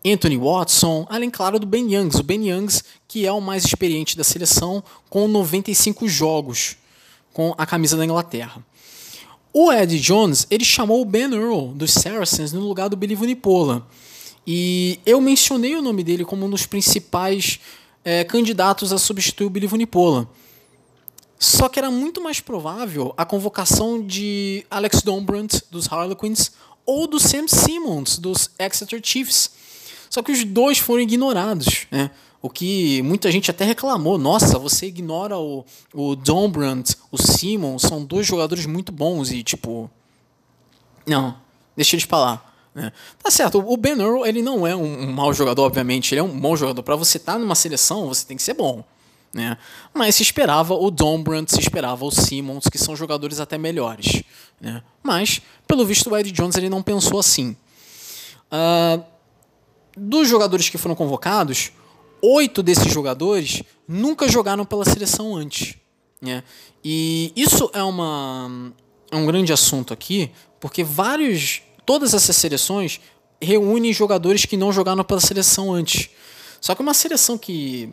Anthony Watson, além, claro, do Ben Youngs. O Ben Youngs, que é o mais experiente da seleção, com noventa e cinco jogos com a camisa da Inglaterra. O Ed Jones, ele chamou o Ben Earl, dos Saracens, no lugar do Billy Vunipola. E eu mencionei o nome dele como um dos principais é, candidatos a substituir o Billy Vunipola. Só que era muito mais provável a convocação de Alex Dombrandt, dos Harlequins, ou do Sam Simmons, dos Exeter Chiefs. Só que os dois foram ignorados, né? O que muita gente até reclamou. Nossa, você ignora o, o Dombrandt, o Simmons, são dois jogadores muito bons e, tipo... Não, deixa eles pra lá. Né? Tá certo, o Ben Earl, ele não é um, um mau jogador, obviamente. Ele é um bom jogador. Para você estar numa seleção, você tem que ser bom. Né? Mas se esperava o Dombrandt, se esperava o Simmons, que são jogadores até melhores. Né? Mas, pelo visto, o Ed Jones ele não pensou assim. Uh, dos jogadores que foram convocados, oito desses jogadores nunca jogaram pela seleção antes. Né? E isso é, uma, é um grande assunto aqui, porque vários, todas essas seleções reúnem jogadores que não jogaram pela seleção antes. Só que uma seleção que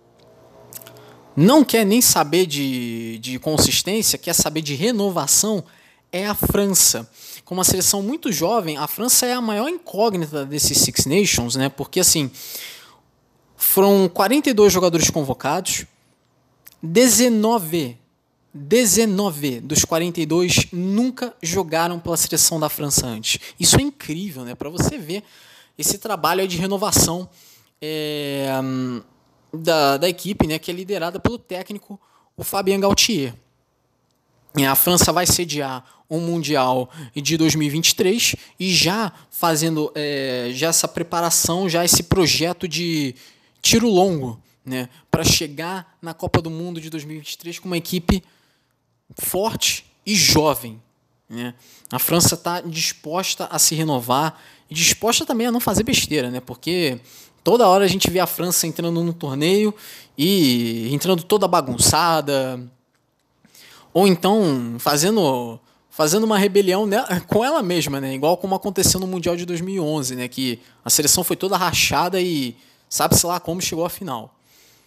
não quer nem saber de, de consistência, quer saber de renovação, é a França. Com uma seleção muito jovem, a França é a maior incógnita desses Six Nations, né? Porque assim, foram quarenta e dois jogadores convocados, dezenove, dezenove dos quarenta e dois nunca jogaram pela seleção da França antes. Isso é incrível, né? Para você ver esse trabalho de renovação é, da, da equipe, né? Que é liderada pelo técnico, o Fabien Galtier. A França vai sediar um Mundial de dois mil e vinte e três e já fazendo é, já essa preparação, já esse projeto de tiro longo, né, para chegar na Copa do Mundo de dois mil e vinte e três com uma equipe forte e jovem. Né? A França está disposta a se renovar e disposta também a não fazer besteira, né, porque toda hora a gente vê a França entrando no torneio e entrando toda bagunçada, ou então fazendo, fazendo uma rebelião com ela mesma, né? Igual como aconteceu no Mundial de dois mil e onze, né? Que a seleção foi toda rachada e sabe-se lá como chegou à final.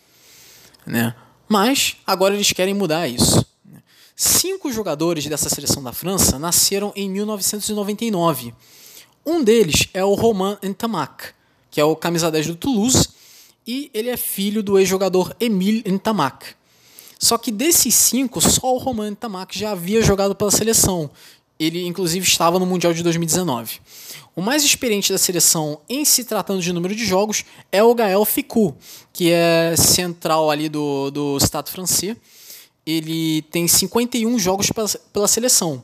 Né? Mas agora eles querem mudar isso. Cinco jogadores dessa seleção da França nasceram em mil novecentos e noventa e nove. Um deles é o Romain Ntamak, que é o camisa dez do Toulouse, e ele é filho do ex-jogador Émile Ntamak. Só que desses cinco, só o Romain Ntamak já havia jogado pela seleção. Ele, inclusive, estava no Mundial de dois mil e dezenove. O mais experiente da seleção em se tratando de número de jogos é o Gaël Ficou, que é central ali do, do Stade Francês. Ele tem cinquenta e um jogos pela, pela seleção.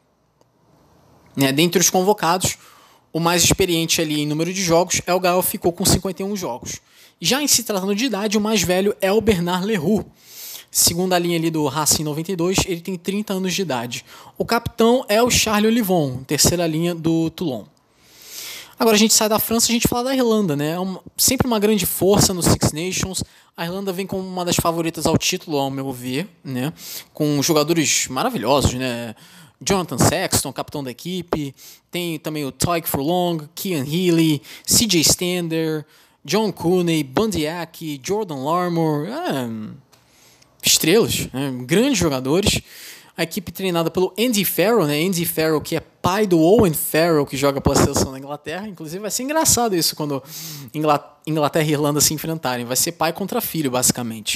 Né? Dentre os convocados, o mais experiente ali em número de jogos é o Gaël Ficou, com cinquenta e um jogos. Já em se tratando de idade, o mais velho é o Bernard Leroux. Segunda linha ali do Racing noventa e dois, ele tem trinta anos de idade. O capitão é o Charles Olivon, terceira linha do Toulon. Agora a gente sai da França e a gente fala da Irlanda, né? É uma, sempre uma grande força no Six Nations. A Irlanda vem como uma das favoritas ao título, ao meu ver, né? Com jogadores maravilhosos, né? Jonathan Sexton, capitão da equipe. Tem também o Tadhg Furlong, Cian Healy, C J Stander, John Cooney, Bundyaki, Jordan Larmour. É, estrelas, né? Grandes jogadores. A equipe treinada pelo Andy Farrell, né? Andy Farrell, que é pai do Owen Farrell, que joga pela seleção da Inglaterra. Inclusive vai ser engraçado isso quando Inglaterra e Irlanda se enfrentarem. Vai ser pai contra filho, basicamente.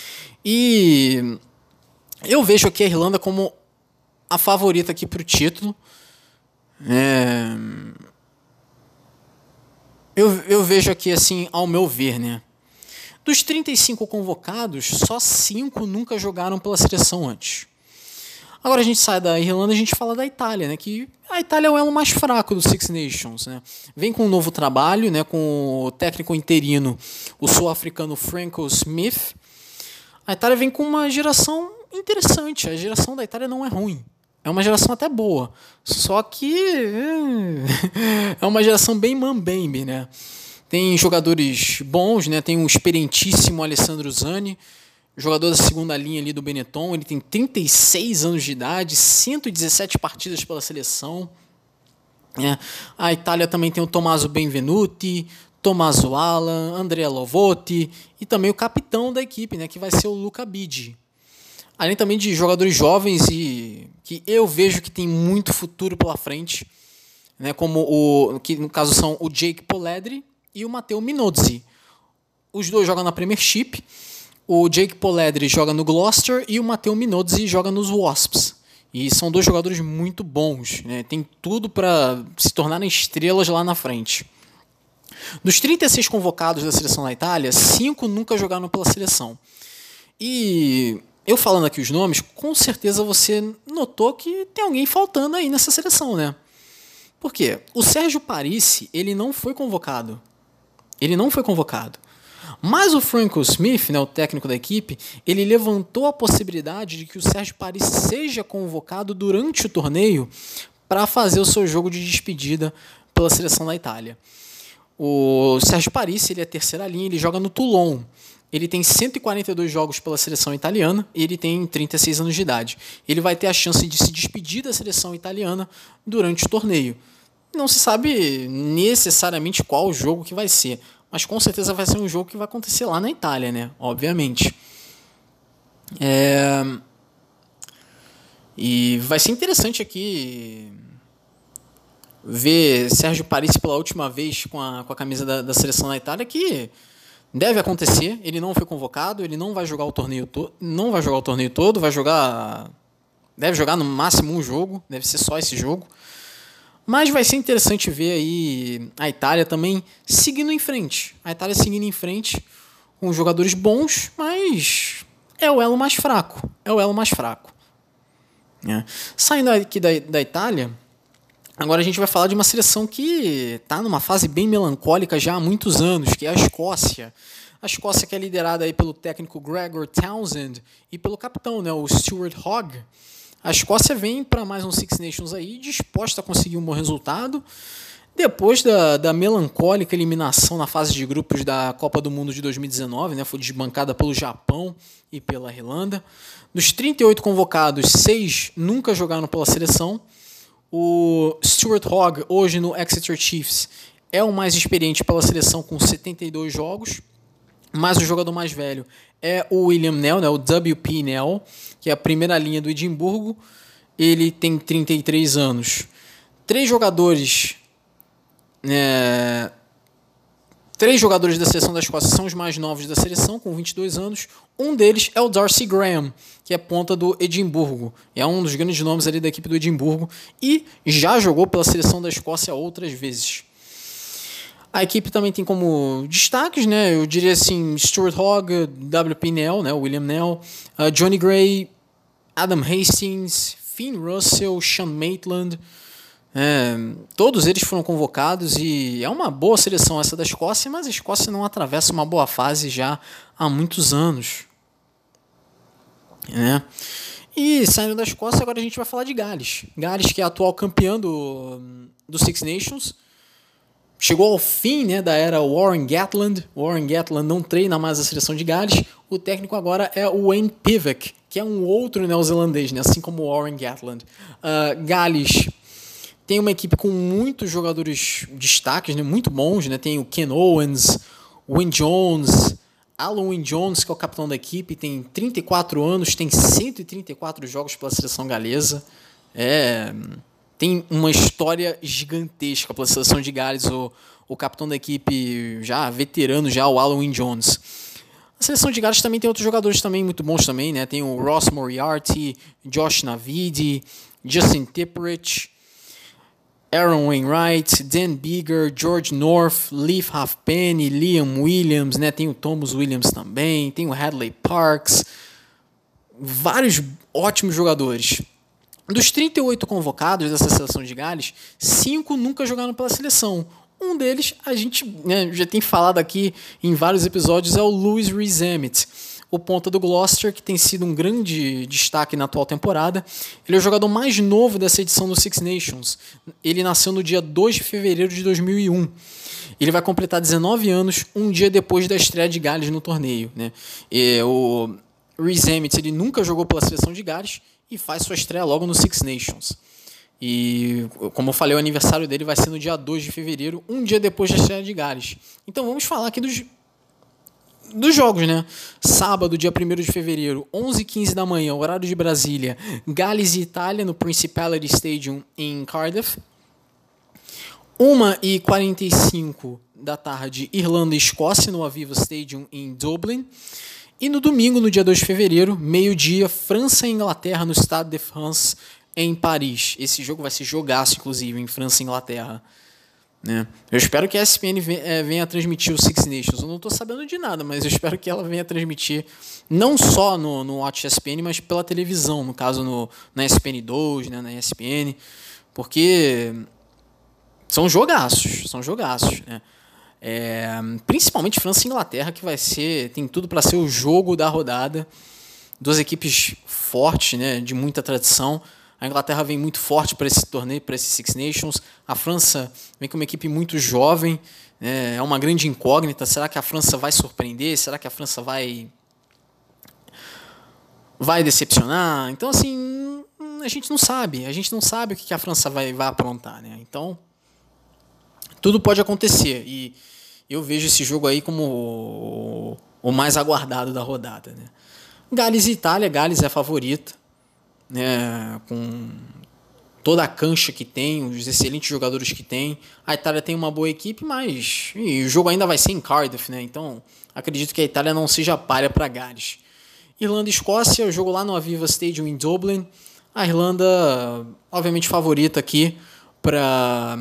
E eu vejo aqui a Irlanda como a favorita aqui para o título. É... Eu, eu vejo aqui, assim, ao meu ver, né? Dos trinta e cinco convocados, só cinco nunca jogaram pela seleção antes. Agora a gente sai da Irlanda e a gente fala da Itália, né? Que a Itália é o elo mais fraco do Six Nations, né? Vem com um novo trabalho, né? Com o técnico interino, o sul-africano Franco Smith. A Itália vem com uma geração interessante. A geração da Itália não é ruim. É uma geração até boa. Só que é uma geração bem mambembe, né? Tem jogadores bons, né? Tem um experientíssimo Alessandro Zani, jogador da segunda linha ali do Benetton. Ele tem trinta e seis anos de idade, cento e dezessete partidas pela seleção. É. A Itália também tem o Tommaso Benvenuti, Tommaso Alan, Andrea Lovotti e também o capitão da equipe, né, que vai ser o Luca Bidi. Além também de jogadores jovens e que eu vejo que tem muito futuro pela frente, né, como o que no caso são o Jake Polledri e o Matteo Minozzi. Os dois jogam na Premiership. O Jake Polledri joga no Gloucester e o Matteo Minozzi joga nos Wasps. E são dois jogadores muito bons, né? Tem tudo para se tornarem estrelas lá na frente. Dos trinta e seis convocados da seleção da Itália, cinco nunca jogaram pela seleção. E eu falando aqui os nomes, com certeza você notou que tem alguém faltando aí nessa seleção, né? Por quê? O Sérgio Parisse, ele não foi convocado. Ele não foi convocado. Mas o Franco Smith, né, o técnico da equipe, ele levantou a possibilidade de que o Sérgio Parisse seja convocado durante o torneio para fazer o seu jogo de despedida pela seleção da Itália. O Sérgio Parisse, ele é terceira linha, ele joga no Toulon. Ele tem cento e quarenta e dois jogos pela seleção italiana e ele tem trinta e seis anos de idade. Ele vai ter a chance de se despedir da seleção italiana durante o torneio. Não se sabe necessariamente qual o jogo que vai ser, mas com certeza vai ser um jogo que vai acontecer lá na Itália, né? Obviamente. É... E vai ser interessante aqui ver Sérgio Parisse pela última vez com a, com a camisa da, da seleção da Itália, que deve acontecer. Ele não foi convocado, ele não vai jogar o torneio todo, não vai jogar o torneio todo, vai jogar, deve jogar no máximo um jogo, deve ser só esse jogo. Mas vai ser interessante ver aí a Itália também seguindo em frente. A Itália seguindo em frente com jogadores bons, mas é o elo mais fraco. É o elo mais fraco. É. Saindo aqui da, da Itália, agora a gente vai falar de uma seleção que está numa fase bem melancólica já há muitos anos, que é a Escócia. A Escócia que é liderada aí pelo técnico Gregor Townsend e pelo capitão, né, o Stuart Hogg. A Escócia vem para mais um Six Nations aí, disposta a conseguir um bom resultado. Depois da, da melancólica eliminação na fase de grupos da Copa do Mundo de dois mil e dezenove, né, foi desbancada pelo Japão e pela Irlanda. Dos trinta e oito convocados, seis nunca jogaram pela seleção. O Stuart Hogg, hoje no Exeter Chiefs, é o mais experiente pela seleção com setenta e dois jogos. Mas o jogador mais velho é o William Nell, né, o W P Nell, que é a primeira linha do Edimburgo. Ele tem trinta e três anos. Três jogadores, é, três jogadores da seleção da Escócia são os mais novos da seleção, com vinte e dois anos. Um deles é o Darcy Graham, que é ponta do Edimburgo. É um dos grandes nomes ali da equipe do Edimburgo e já jogou pela seleção da Escócia outras vezes. A equipe também tem como destaques, né, eu diria assim, Stuart Hogg, W P Nell, né, William Nell, uh, Johnny Gray, Adam Hastings, Finn Russell, Sean Maitland. É, todos eles foram convocados e é uma boa seleção essa da Escócia, mas a Escócia não atravessa uma boa fase já há muitos anos. Né? E saindo da Escócia, agora a gente vai falar de Gales. Gales, que é a atual campeã do, do Six Nations. Chegou ao fim, né, da era Warren Gatland. Warren Gatland não treina mais a seleção de Gales. O técnico agora é o Wayne Pivac, que é um outro neozelandês, né, assim como o Warren Gatland. Uh, Gales tem uma equipe com muitos jogadores destaques, né, muito bons. Né, tem o Ken Owens, o Wyn Jones, Alan Wyn Jones, que é o capitão da equipe, tem trinta e quatro anos, tem cento e trinta e quatro jogos pela seleção galesa. É... Tem uma história gigantesca pela seleção de Gales, o, o capitão da equipe já veterano, já o Alan Wyn Jones. A seleção de Gales também tem outros jogadores também muito bons também, né? Tem o Ross Moriarty, Josh Navidi, Justin Tipperidge, Aaron Wainwright, Dan Bigger, George North, Leif Halfpenny, Liam Williams, né? Tem o Thomas Williams também, tem o Hadley Parks, vários ótimos jogadores. Dos trinta e oito convocados dessa seleção de Gales, cinco nunca jogaram pela seleção. Um deles, a gente, né, já tem falado aqui em vários episódios, é o Louis Rees-Zammit, o ponta do Gloucester, que tem sido um grande destaque na atual temporada. Ele é o jogador mais novo dessa edição do Six Nations. Ele nasceu no dia dois de fevereiro de dois mil e um. Ele vai completar dezenove anos, um dia depois da estreia de Gales no torneio. Né? E o Rees-Zammit, ele nunca jogou pela seleção de Gales, e faz sua estreia logo no Six Nations. E, como eu falei, o aniversário dele vai ser no dia dois de fevereiro, um dia depois da estreia de Gales. Então vamos falar aqui dos, dos jogos, né? Sábado, dia primeiro de fevereiro, onze e quinze da manhã, horário de Brasília, Gales e Itália no Principality Stadium em Cardiff. uma e quarenta e cinco da tarde, Irlanda e Escócia no Aviva Stadium em Dublin. E no domingo, no dia dois de fevereiro, meio-dia, França e Inglaterra no Stade de France em Paris. Esse jogo vai ser jogaço, inclusive, em França e Inglaterra. Né? Eu espero que a E S P N venha transmitir o Six Nations. Eu não estou sabendo de nada, mas eu espero que ela venha transmitir não só no, no Watch E S P N, mas pela televisão, no caso no, na E S P N dois, né, na E S P N, porque são jogaços, são jogaços, né? É, principalmente França e Inglaterra, que vai ser, tem tudo para ser o jogo da rodada. Duas equipes fortes, né, de muita tradição. A Inglaterra vem muito forte para esse torneio, para esse Six Nations. A França vem com uma equipe muito jovem, né, é uma grande incógnita. Será que a França vai surpreender? Será que a França vai vai decepcionar? Então, assim, a gente não sabe. A gente não sabe o que a França vai, vai aprontar, né? Então, tudo pode acontecer. E eu vejo esse jogo aí como o, o mais aguardado da rodada, né? Gales e Itália. Gales é a favorita, né, com toda a cancha que tem, os excelentes jogadores que tem. A Itália tem uma boa equipe, mas e o jogo ainda vai ser em Cardiff, né? Então acredito que a Itália não seja palha para Gales. Irlanda e Escócia, o jogo lá no Aviva Stadium em Dublin. A Irlanda, obviamente, favorita aqui para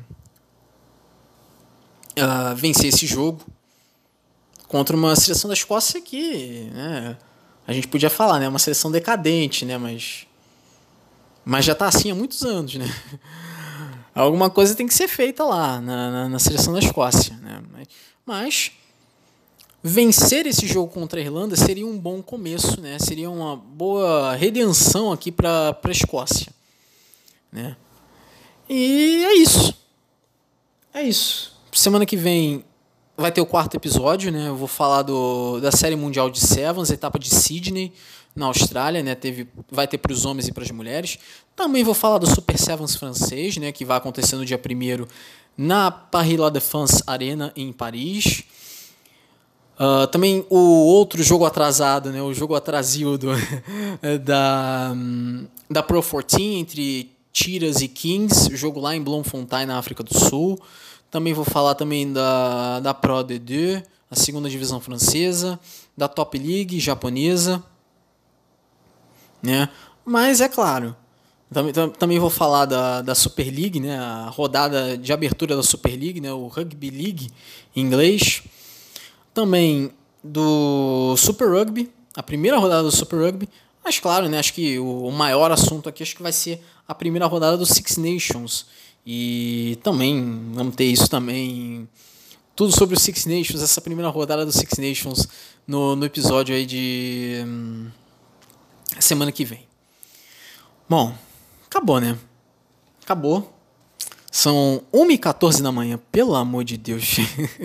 uh, vencer esse jogo contra uma seleção da Escócia que, né, a gente podia falar, né, uma seleção decadente, né, mas, mas já está assim há muitos anos, né? Alguma coisa tem que ser feita lá na, na, na seleção da Escócia, né? Mas, mas vencer esse jogo contra a Irlanda seria um bom começo, né? Seria uma boa redenção aqui para a Escócia, né? E é isso. É isso. Semana que vem vai ter o quarto episódio, né? Eu vou falar do, da Série Mundial de Sevens, etapa de Sydney, na Austrália, né? Teve, vai ter para os homens e para as mulheres. Também vou falar do Super Sevens francês, né? Que vai acontecer no dia primeiro na Paris La Défense Arena, em Paris. Uh, também o outro jogo atrasado, né? O jogo atrasildo da, da Pro quatorze entre Tiras e Kings, jogo lá em Bloemfontein, na África do Sul. Também vou falar também da, da Pro D dois, a segunda divisão francesa, da Top League japonesa, né? Mas é claro, também, também vou falar da, da Super League, né? A rodada de abertura da Super League, né? O Rugby League em inglês. Também do Super Rugby, a primeira rodada do Super Rugby. Mas claro, né? Acho que o maior assunto aqui acho que vai ser a primeira rodada do Six Nations. E também vamos ter isso também, tudo sobre o Six Nations, essa primeira rodada do Six Nations no, no episódio aí de hum, semana que vem. Bom, acabou, né? Acabou. São uma e quatorze da manhã, pelo amor de Deus.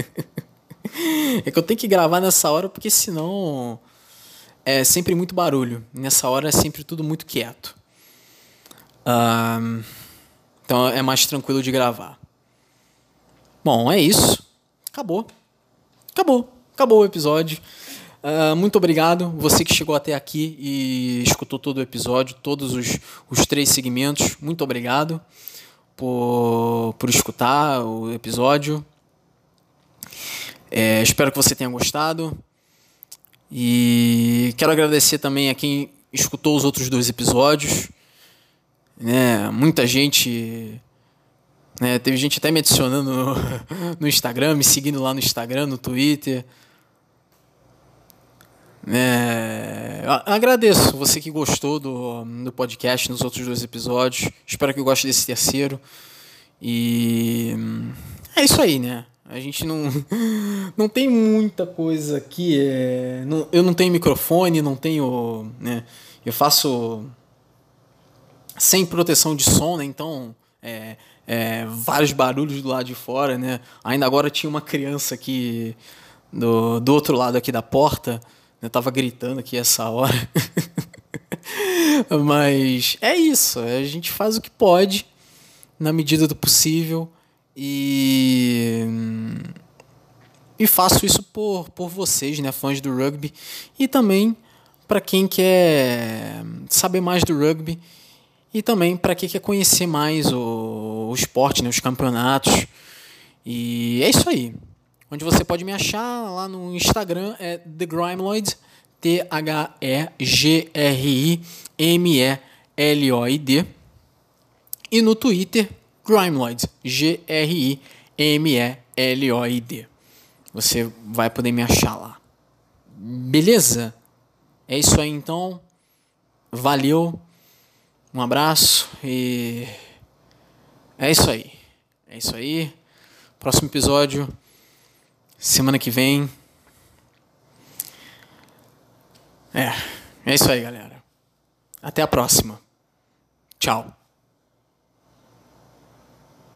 É que eu tenho que gravar nessa hora porque senão é sempre muito barulho. Nessa hora é sempre tudo muito quieto. Um, então é mais tranquilo de gravar. Bom, é isso. Acabou. Acabou. Acabou o episódio. Uh, muito obrigado. Você que chegou até aqui e escutou todo o episódio, todos os, os três segmentos. Muito obrigado por, por escutar o episódio. É, espero que você tenha gostado. E quero agradecer também a quem escutou os outros dois episódios. Né, muita gente, né, teve gente até me adicionando no, no Instagram, me seguindo lá no Instagram, no Twitter. É, agradeço você que gostou do, do podcast nos outros dois episódios. Espero que goste desse terceiro. E é isso aí, né? A gente não, não tem muita coisa aqui. É, não, eu não tenho microfone, não tenho, né, eu faço sem proteção de som, né? Então é, é, vários barulhos do lado de fora, né? Ainda agora tinha uma criança aqui do, do outro lado aqui da porta, né? Tava gritando aqui essa hora. Mas é isso, a gente faz o que pode na medida do possível e e faço isso por, por vocês, né, fãs do rugby, e também para quem quer saber mais do rugby e também para quem quer conhecer mais o, o esporte, né, os campeonatos. E é isso aí. Onde você pode me achar lá no Instagram é The Grimeloid, T H E G R I M E L O I D. E no Twitter, Grimeloid, G R I M E L O I D. Você vai poder me achar lá. Beleza? É isso aí então. Valeu. Um abraço e é isso aí. É isso aí. Próximo episódio semana que vem. É, é isso aí, galera. Até a próxima. Tchau.